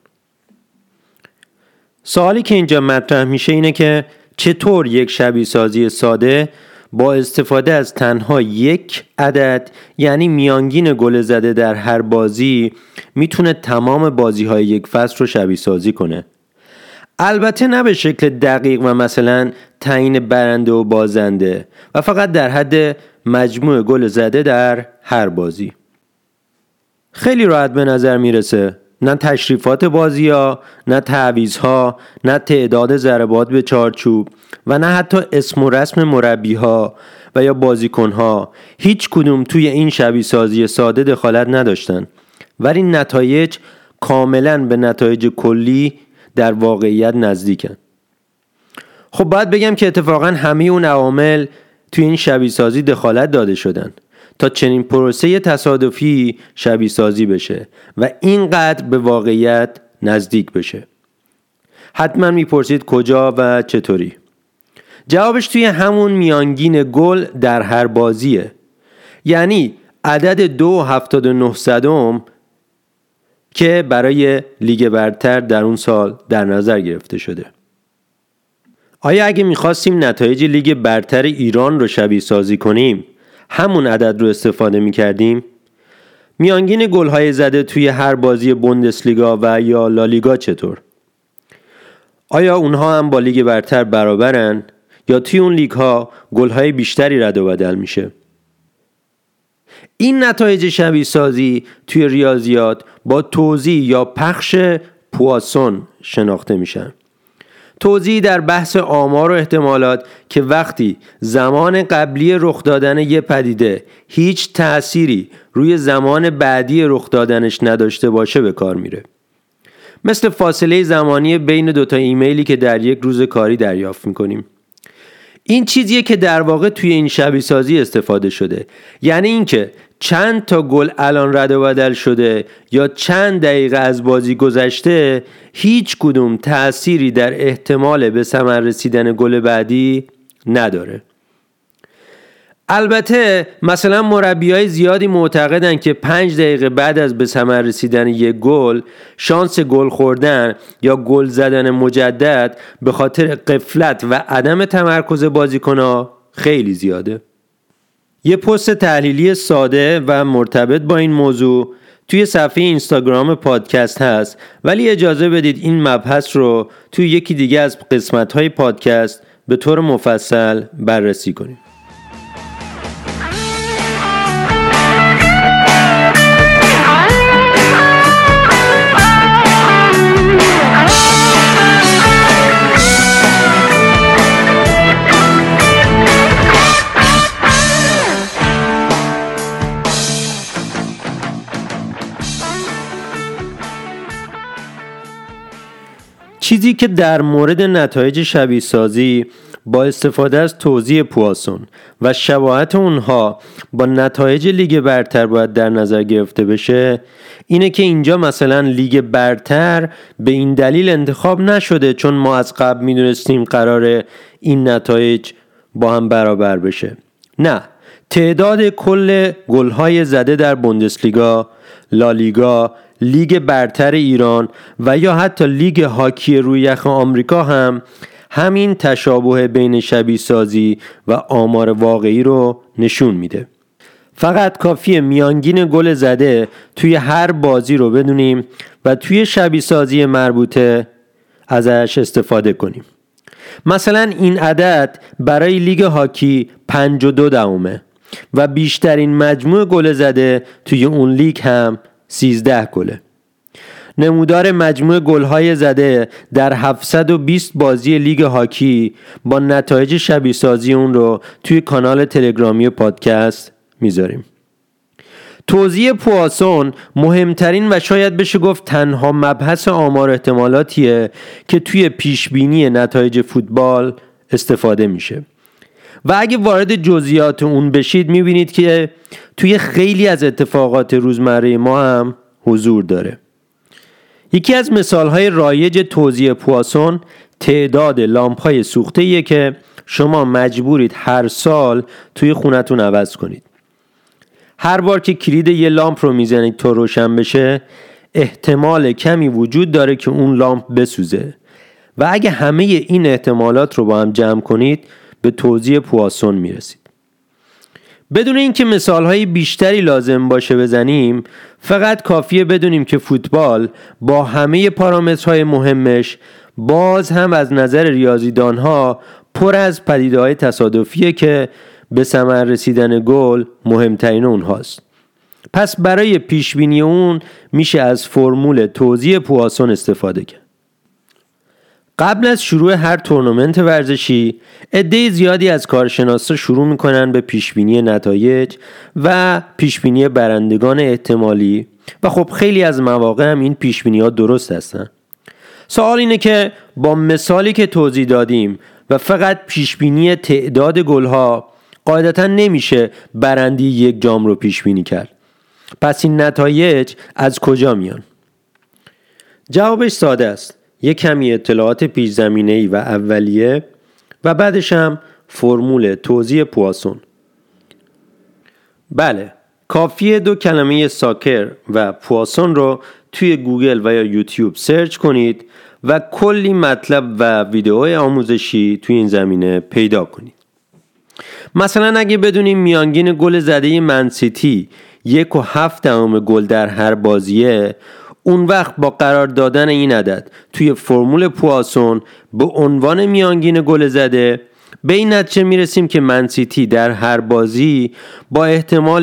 سوالی که اینجا مطرح میشه اینه که چطور یک شبیه سازی ساده با استفاده از تنها یک عدد یعنی میانگین گل زده در هر بازی میتونه تمام بازی‌های یک فصل رو شبیه سازی کنه. البته نه به شکل دقیق و مثلا تعیین برنده و بازنده و فقط در حد مجموع گل زده در هر بازی. خیلی راحت به نظر میرسه. نه تشریفات بازی‌ها، نه تعویض‌ها، نه تعداد ضربات به چارچوب و نه حتی اسم و رسم مربی‌ها و یا بازیکن‌ها هیچ کدوم توی این شبیه سازی ساده دخالت نداشتن، ولی نتایج کاملاً به نتایج کلی در واقعیت نزدیکن. خب باید بگم که اتفاقاً همه اون عوامل توی این شبیه سازی دخالت داده شدن تا چنین پروسه تصادفی شبیه سازی بشه و اینقدر به واقعیت نزدیک بشه. حتما میپرسید کجا و چطوری؟ جوابش توی همون میانگین گل در هر بازیه. یعنی عدد 2.79 که برای لیگ برتر در اون سال در نظر گرفته شده. آیا اگه میخواستیم نتایج لیگ برتر ایران رو شبیه سازی کنیم همون عدد رو استفاده می‌کردیم؟ میانگین گل‌های زده توی هر بازی بوندسلیگا و یا لالیگا چطور؟ آیا اونها هم با لیگ برتر برابرن یا توی اون لیگ‌ها گل‌های بیشتری رد و بدل میشه؟ این نتایج شبیه سازی توی ریاضیات با توزیع یا پخش پواسون شناخته میشن. توضیح در بحث آمار و احتمالات که وقتی زمان قبلی رخ دادن یه پدیده هیچ تأثیری روی زمان بعدی رخ دادنش نداشته باشه به کار میره. مثل فاصله زمانی بین دوتا ایمیلی که در یک روز کاری دریافت میکنیم. این چیزیه که در واقع توی این شبیه سازی استفاده شده. یعنی اینکه چند تا گل الان رد و بدل شده یا چند دقیقه از بازی گذشته هیچ کدوم تأثیری در احتمال به ثمر رسیدن گل بعدی نداره. البته مثلا مربیای زیادی معتقدن که 5 دقیقه بعد از به ثمر رسیدن یک گل شانس گل خوردن یا گل زدن مجدد به خاطر غفلت و عدم تمرکز بازیکن‌ها خیلی زیاده. یه پست تحلیلی ساده و مرتبط با این موضوع توی صفحه اینستاگرام پادکست هست، ولی اجازه بدید این مبحث رو توی یکی دیگه از قسمت‌های پادکست به طور مفصل بررسی کنیم. چیزی که در مورد نتایج شبیه سازی با استفاده از توزیع پواسون و شباهت اونها با نتایج لیگ برتر باید در نظر گرفته بشه اینه که اینجا مثلا لیگ برتر به این دلیل انتخاب نشده چون ما از قبل میدونستیم قراره این نتایج با هم برابر بشه. نه، تعداد کل گل‌های زده در بوندسلیگا، لالیگا، لیگ برتر ایران و یا حتی لیگ هاکی روی یخ آمریکا هم همین تشابه بین شبیه سازی و آمار واقعی رو نشون میده. فقط کافیه میانگین گل زده توی هر بازی رو بدونیم و توی شبیه سازی مربوطه ازش استفاده کنیم. مثلا این عدد برای لیگ هاکی 52 و بیشترین مجموع گل زده توی اون لیگ هم 13 گله. نمودار مجموع گل‌های زده در 720 بازی لیگ هاکی با نتایج شبیه سازی اون رو توی کانال تلگرامی پادکست میذاریم. توزیع پواسون مهمترین و شاید بشه گفت تنها مبحث آمار احتمالاتیه که توی پیشبینی نتایج فوتبال استفاده میشه و اگه وارد جزئیات اون بشید میبینید که توی خیلی از اتفاقات روزمره ما هم حضور داره. یکی از مثالهای رایج توزیع پواسون تعداد لامپ‌های سوخته‌ایه که شما مجبورید هر سال توی خونتون عوض کنید. هر بار که کلید یه لامپ رو میزنید تا روشن بشه احتمال کمی وجود داره که اون لامپ بسوزه و اگه همه این احتمالات رو با هم جمع کنید به توزیع پواسون میرسید. بدون اینکه مثالهای بیشتری لازم باشه بزنیم، فقط کافیه بدونیم که فوتبال با همه پارامترهای مهمش باز هم از نظر ریاضیدانها پر از پدیده‌های تصادفیه که به ثمر رسیدن گل مهمترین اونهاست. پس برای پیشبینی اون میشه از فرمول توزیع پواسون استفاده کرد. قبل از شروع هر تورنمنت ورزشی عده زیادی از کارشناسا شروع میکنن به پیشبینی نتایج و پیشبینی برندگان احتمالی و خب خیلی از مواقع هم این پیشبینی ها درست هستن. سوال اینه که با مثالی که توضیح دادیم و فقط پیشبینی تعداد گل‌ها قاعدتا نمیشه برندی یک جام رو پیشبینی کرد. پس این نتایج از کجا میان؟ جوابش ساده است. یک کمی اطلاعات پیش زمینه‌ای و اولیه و بعدش هم فرمول توزیع پواسون. بله، کافیه 2 کلمه ساکر و پواسون رو توی گوگل و یا یوتیوب سرچ کنید و کلی مطلب و ویدیوهای آموزشی توی این زمینه پیدا کنید. مثلا اگه بدونیم میانگین گل زده منسیتی 1.7 گل در هر بازیه، اون وقت با قرار دادن این عدد توی فرمول پواسون به عنوان میانگین گل زده به این نتیجه میرسیم که منسیتی در هر بازی با احتمال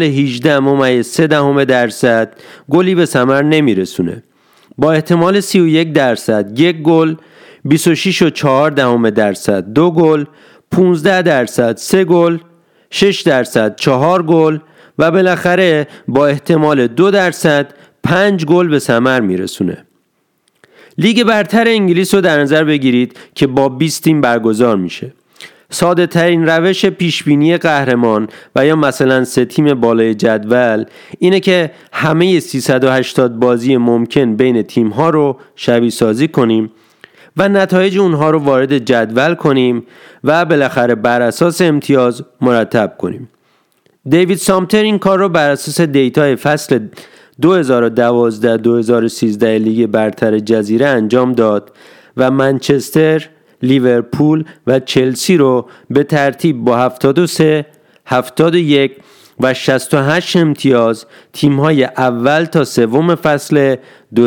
18.3% گلی به ثمر نمیرسونه. با احتمال 31% یک گل، 26.4% 2 گل، 15% 3 گل، 6% 4 گل و بالاخره با احتمال 2% 5 گل به ثمر میرسونه. لیگ برتر انگلیس رو در نظر بگیرید که با 20 تیم برگزار میشه. ساده ترین روش پیشبینی قهرمان و یا مثلا 3 تیم بالای جدول اینه که همه 380 بازی ممکن بین تیم ها رو شبیه سازی کنیم و نتایج اونها رو وارد جدول کنیم و بالاخره بر اساس امتیاز مرتب کنیم. دیوید سامتر این کار رو بر اساس دیتای فصل 2012-2013 لیگ برتر جزیره انجام داد و منچستر، لیورپول و چلسی رو به ترتیب با 73, 71 و 68 امتیاز تیم‌های اول تا سوم فصل 2013-2014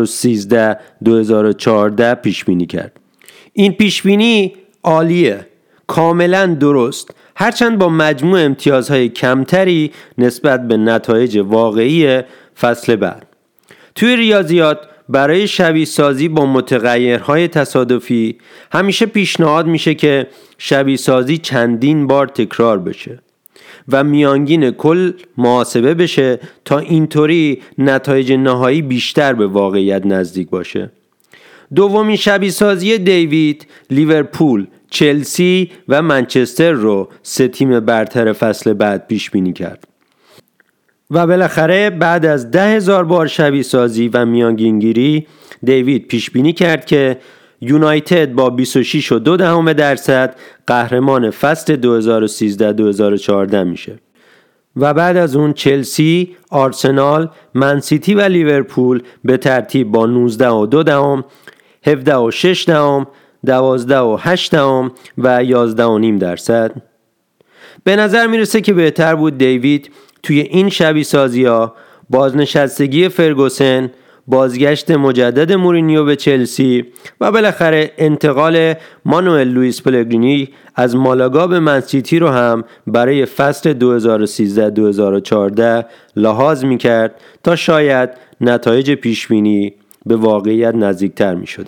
پیش بینی کرد. این پیش بینی عالیه، کاملا درست، هرچند با مجموع امتیازهای کمتری نسبت به نتایج واقعی فصل بعد. توی ریاضیات برای شبیه سازی با متغیرهای تصادفی همیشه پیشنهاد میشه که شبیه سازی چندین بار تکرار بشه و میانگین کل محاسبه بشه تا اینطوری نتایج نهایی بیشتر به واقعیت نزدیک باشه. دومین شبیه سازی دیوید، لیورپول، چلسی و منچستر رو 3 تیم برتر فصل بعد پیش بینی کرد. و بالاخره بعد از 10,000 بار شبیه سازی و میانگینگیری دیوید پیش بینی کرد که یونایتد با 26.2% قهرمان فصل 2013-2014 میشه و بعد از اون چلسی، آرسنال، منسیتی و لیورپول به ترتیب با 19.2%، 17.6%، 12.8% و 11.5%. به نظر میرسه که بهتر بود دیوید توی این شبیه سازی ها بازنشستگی فرگوسن، بازگشت مجدد مورینیو به چلسی و بالاخره انتقال مانوئل لوئیس پلگرینی از مالاگا به منسیتی رو هم برای فصل 2013-2014 لحاظ می‌کرد تا شاید نتایج پیشبینی به واقعیت نزدیکتر می‌شده.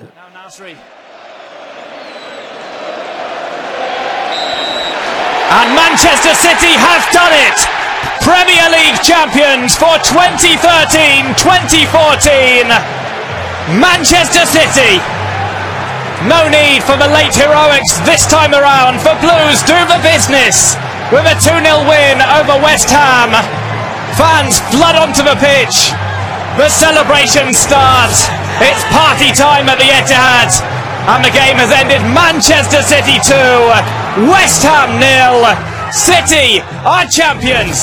And Manchester City have done it! Premier League champions for 2013-2014! Manchester City! No need for the late heroics this time around, for Blues do the business with a 2-0 win over West Ham. Fans flood onto the pitch. The celebration starts. It's party time at the Etihad. And the game has ended Manchester City 2, West Ham 0. City are champions.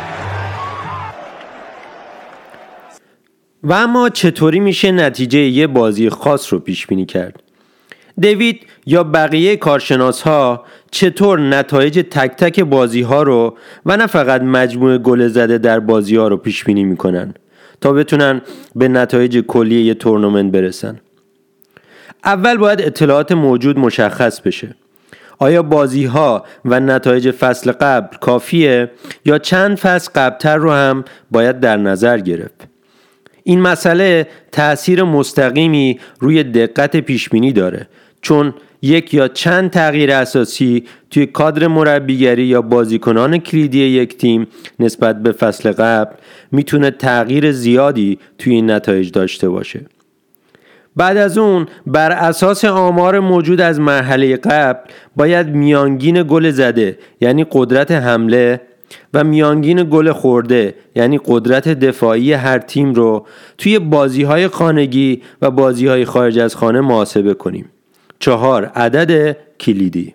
و اما چطوری میشه نتیجه یه بازی خاص رو پیش بینی کرد؟ دیوید یا بقیه کارشناس ها چطور نتایج تک تک بازی ها رو و نه فقط مجموع گل زده در بازی ها رو پیش بینی میکنن تا بتونن به نتایج کلی یه تورنمنت برسن؟ اول باید اطلاعات موجود مشخص بشه. آیا بازی ها و نتایج فصل قبل کافیه یا چند فصل قبلتر رو هم باید در نظر گرفت؟ این مسئله تأثیر مستقیمی روی دقت پیشبینی داره، چون یک یا چند تغییر اساسی توی کادر مربیگری یا بازیکنان کلیدی یک تیم نسبت به فصل قبل میتونه تغییر زیادی توی این نتایج داشته باشه. بعد از اون بر اساس آمار موجود از مرحله قبل باید میانگین گل زده یعنی قدرت حمله و میانگین گل خورده یعنی قدرت دفاعی هر تیم رو توی بازی‌های خانگی و بازی‌های خارج از خانه محاسبه کنیم. 4 عدد کلیدی.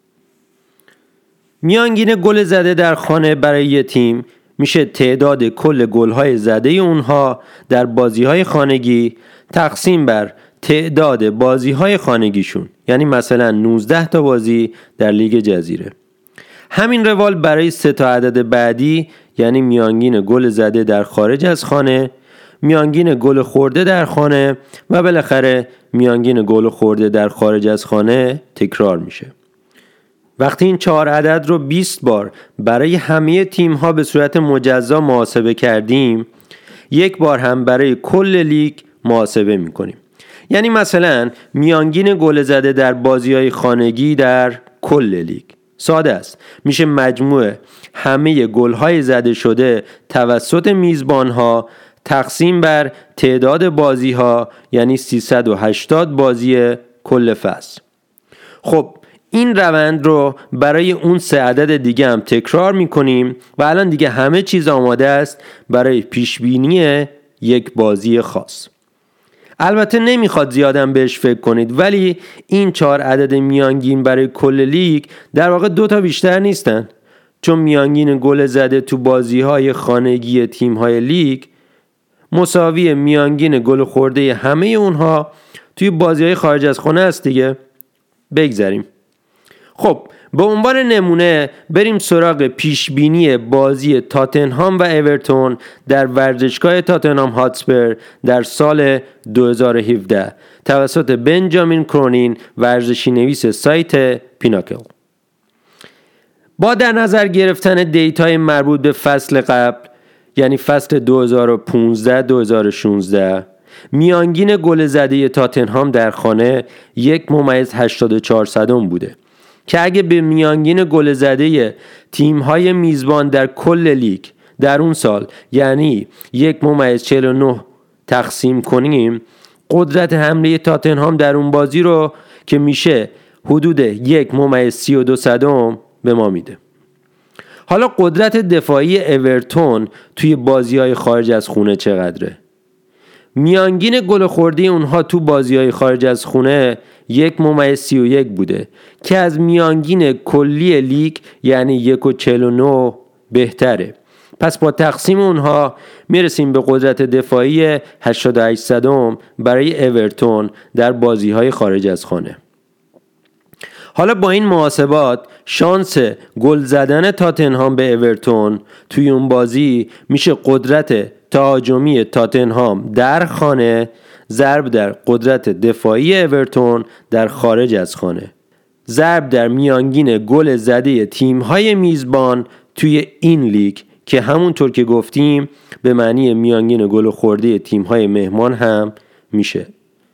میانگین گل زده در خانه برای یک تیم میشه تعداد کل گل‌های زده اونها در بازی‌های خانگی تقسیم بر تعداد بازی‌های خانگیشون، یعنی مثلا 19 تا بازی در لیگ جزیره. همین روال برای 3 تا عدد بعدی، یعنی میانگین گل زده در خارج از خانه، میانگین گل خورده در خانه و بالاخره میانگین گل خورده در خارج از خانه تکرار میشه. وقتی این 4 عدد رو 20 بار برای همه تیم‌ها به صورت مجزا محاسبه کردیم، یک بار هم برای کل لیگ محاسبه میکنیم. یعنی مثلا میانگین گل زده در بازی‌های خانگی در کل لیگ ساده است، میشه مجموع همه گل‌های زده شده توسط میزبان‌ها تقسیم بر تعداد بازی‌ها، یعنی 380 بازی کل فصل. خب این روند رو برای اون 3 عدد دیگه هم تکرار میکنیم و الان دیگه همه چیز آماده است برای پیشبینی یک بازی خاص. البته نمیخواد زیادم بهش فکر کنید، ولی این 4 عدد میانگین برای کل لیگ در واقع 2 تا بیشتر نیستن، چون میانگین گل زده تو بازی‌های خانگی تیم‌های لیگ مساوی میانگین گل خورده همه اونها توی بازی‌های خارج از خانه است دیگه. بگذاریم. خب به عنوان نمونه بریم سراغ پیشبینی بازی تاتنهام و اورتون در ورزشگاه تاتنهام هاتسپر در سال 2017 توسط بنجامین کرونین، ورزشی نویس سایت پیناکل. با در نظر گرفتن دیتای مربوط به فصل قبل، یعنی فصل 2015-2016، میانگین گل زده تاتنهام در خانه 1.84 بوده که اگه به میانگین گل زده تیم‌های میزبان در کل لیگ در اون سال یعنی 1.49 تقسیم کنیم، قدرت حمله تاتنهام در اون بازی رو که میشه حدود 1.32 به ما میده. حالا قدرت دفاعی اورتون توی بازی‌های خارج از خونه چقدره؟ میانگین گل خورده اونها تو بازی‌های خارج از خونه 1.31 بوده که از میانگین کلی لیگ یعنی 1.49 بهتره. پس با تقسیم اونها میرسیم به قدرت دفاعی 88 برای اورتون در بازی‌های خارج از خانه. حالا با این محاسبات شانس گل زدن تاتنهام به اورتون توی اون بازی میشه قدرت تهاجمی تاتنهام در خانه ضرب در قدرت دفاعی اورتون در خارج از خانه. ضرب در میانگین گل زده تیم‌های میزبان توی این لیگ که همونطور که گفتیم به معنی میانگین گل خورده تیم‌های مهمان هم میشه.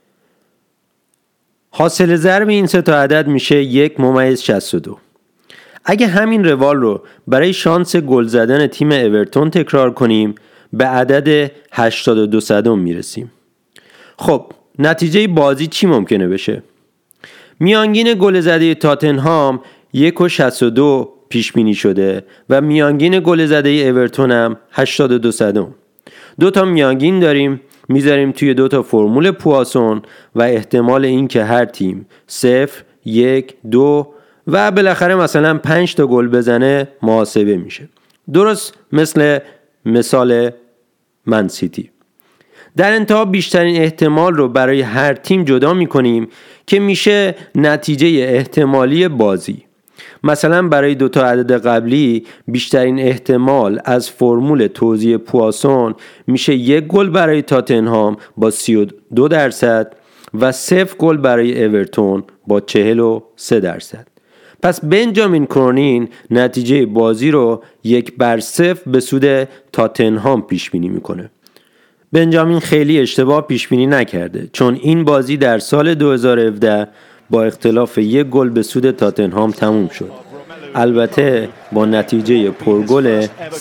حاصل ضرب این سه تا عدد میشه 1.62. اگه همین روال رو برای شانس گل زدن تیم اورتون تکرار کنیم به عدد 82 میرسیم. خب نتیجه بازی چی ممکنه بشه؟ میانگین گل زده تاتنهام 1.62 پیش بینی شده و میانگین گل زده اورتون هم 82. دو تا میانگین داریم، میذاریم توی دو تا فرمول پواسون و احتمال این که هر تیم 0، 1، 2 و بالاخره مثلا 5 تا گل بزنه محاسبه میشه. درست مثل مثال من سیتی. در انتها بیشترین احتمال رو برای هر تیم جدا میکنیم که میشه نتیجه احتمالی بازی. مثلا برای دو تا عدد قبلی بیشترین احتمال از فرمول توزیع پواسون میشه 1 گل برای تاتنهام با 32% و 0 گل برای اورتون با 43%. پس بنجامین کرونین نتیجه بازی رو 1-0 به سود تاتنهام پیش بینی میکنه. بنجامین خیلی اشتباه پیش بینی نکرده چون این بازی در سال 2017 با اختلاف 1 گل به سود تاتنهام تموم شد. البته با نتیجه پرگل 3-2.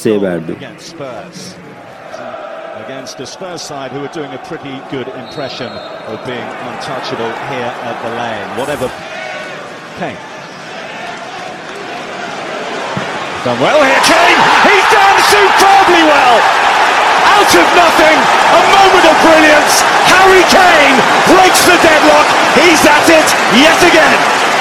Against a Spurs side who are doing a pretty good impression of being untouchable here at the Lane. Whatever. Kane. Done well here, Kane! He's done superbly well! Out of nothing, a moment of brilliance. Harry Kane breaks the deadlock. He's at it yet again.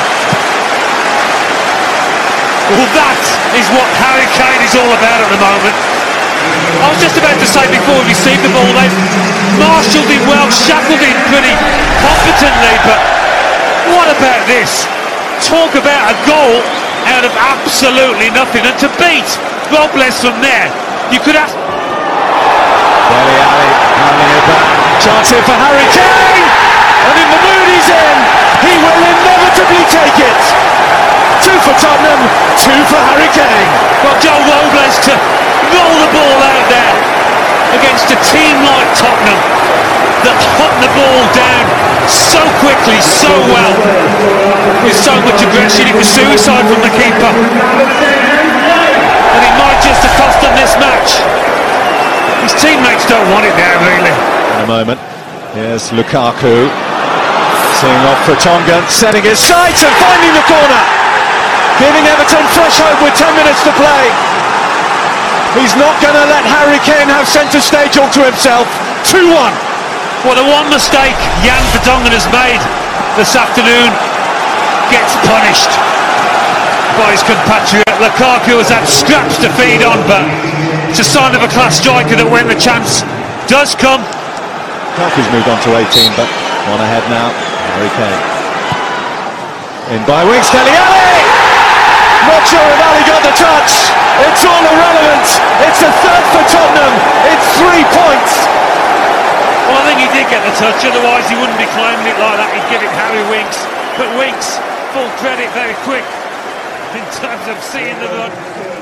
Well, that is what Harry Kane is all about at the moment. I was just about to say before we received the ball, they've marshalled him well, shackled him pretty competently, but what about this? Talk about a goal out of absolutely nothing, and to beat Robles from there, you could have... Dele Alli handing it back. Chance here for Harry Kane! And in the mood he's in, he will inevitably take it. 2 for Tottenham, 2 for Harry Kane. Got Joel Robles to roll the ball out there against a team like Tottenham that hunt the ball down so quickly, so well, with so much aggression. It was suicide from the keeper, and it might just have cost them this match. His teammates don't want it now, really. In a moment, here's Lukaku, seeing off for Tonga, setting his sights and finding the corner, giving Everton fresh hope with 10 minutes to play. He's not going to let Harry Kane have centre stage all to himself. 2-1. Well, the one mistake Jan Vertonghen has made this afternoon gets punished by his compatriot. Lukaku has had scraps to feed on, but it's a sign of a class striker that when the chance does come... Lukaku's moved on to 18, but one ahead now. Harry Kane. In by wings, Dele Alli! Not sure if Ali got the touch. It's all irrelevant. It's a third for Tottenham. It's 3 points. Well, I think he did get the touch, otherwise he wouldn't be climbing it like that. He'd give it Harry Winks. But Winks, full credit, very quick in terms of seeing the run.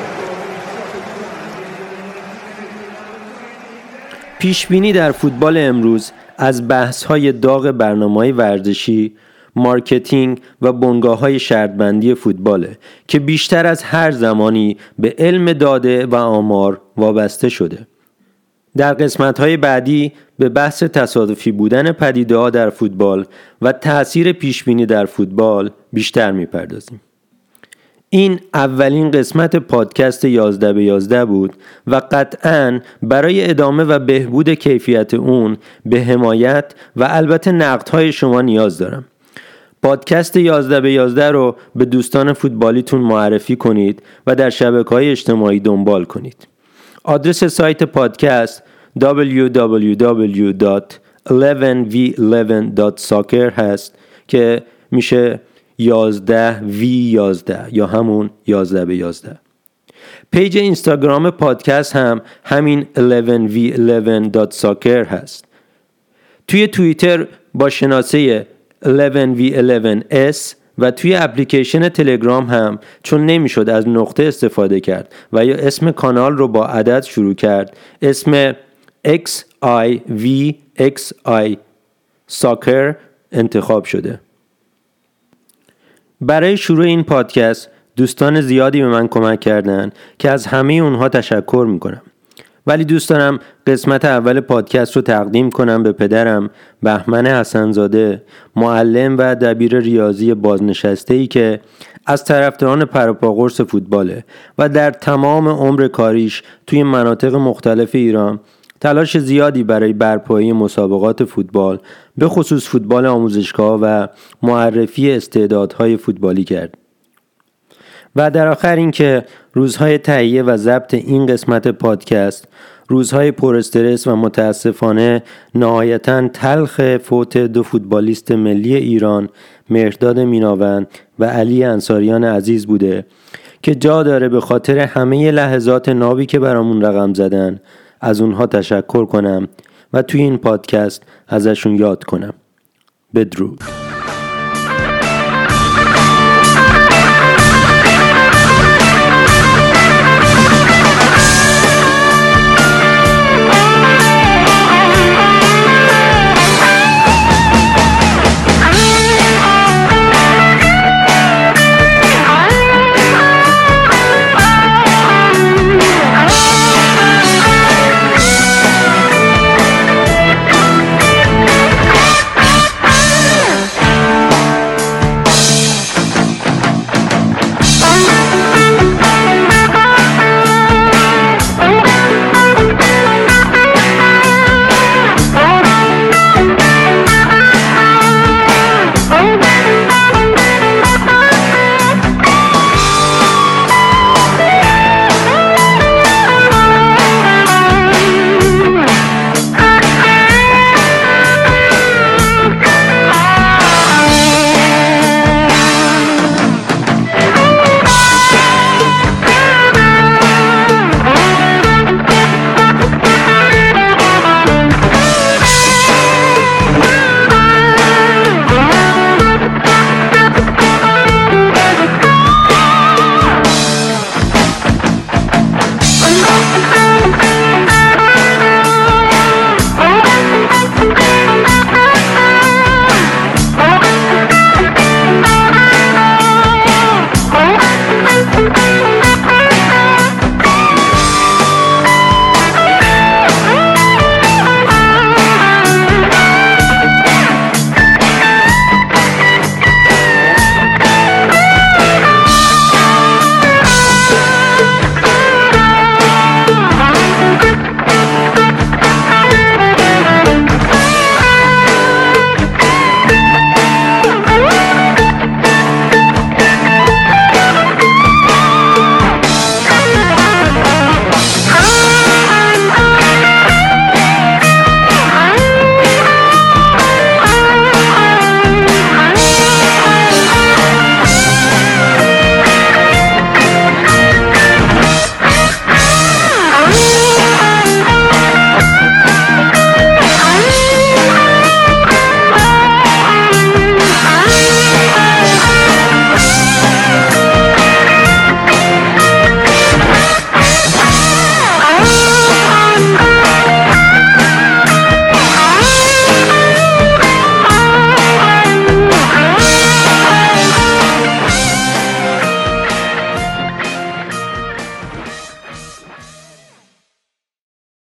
پیشبینی در فوتبال امروز از بحث‌های داغ برنامه‌های ورزشی، مارکتینگ و بنگاه‌های شرطبندی فوتباله که بیشتر از هر زمانی به علم داده و آمار وابسته شده. در قسمت‌های بعدی به بحث تصادفی بودن پدیده‌ها در فوتبال و تأثیر پیشبینی در فوتبال بیشتر می‌پردازیم. این اولین قسمت پادکست 11x11 بود و قطعاً برای ادامه و بهبود کیفیت اون به حمایت و البته نقدهای شما نیاز دارم. پادکست 11x11 رو به دوستان فوتبالیتون معرفی کنید و در شبکه‌های اجتماعی دنبال کنید. آدرس سایت پادکست www.11v11.soccer هست که میشه 11v11 یا همون 11x11. پیج اینستاگرام پادکست هم همین 11v11.soccer هست. توی توییتر با شناسه 11v11s و توی اپلیکیشن تلگرام هم چون نمیشد از نقطه استفاده کرد و یا اسم کانال رو با عدد شروع کرد، اسم XIVXI ساکر انتخاب شده. برای شروع این پادکست دوستان زیادی به من کمک کردن که از همه اونها تشکر میکنم. ولی دوست دارم قسمت اول پادکست رو تقدیم کنم به پدرم بهمن حسن‌زاده، معلم و دبیر ریاضی بازنشسته‌ای که از طرفداران پروپاقرص فوتباله و در تمام عمر کاریش توی مناطق مختلف ایران تلاش زیادی برای برپایی مسابقات فوتبال به خصوص فوتبال آموزشگاه و معرفی استعدادهای فوتبالی کرد. و در آخر این که روزهای تهیه و ضبط این قسمت پادکست روزهای پر استرس و متاسفانه نهایتاً تلخ فوت دو فوتبالیست ملی ایران مهرداد میناوند و علی انصاریان عزیز بوده که جا داره به خاطر همه لحظات نابی که برامون رقم زدن از اونها تشکر کنم و توی این پادکست ازشون یاد کنم. بدرود.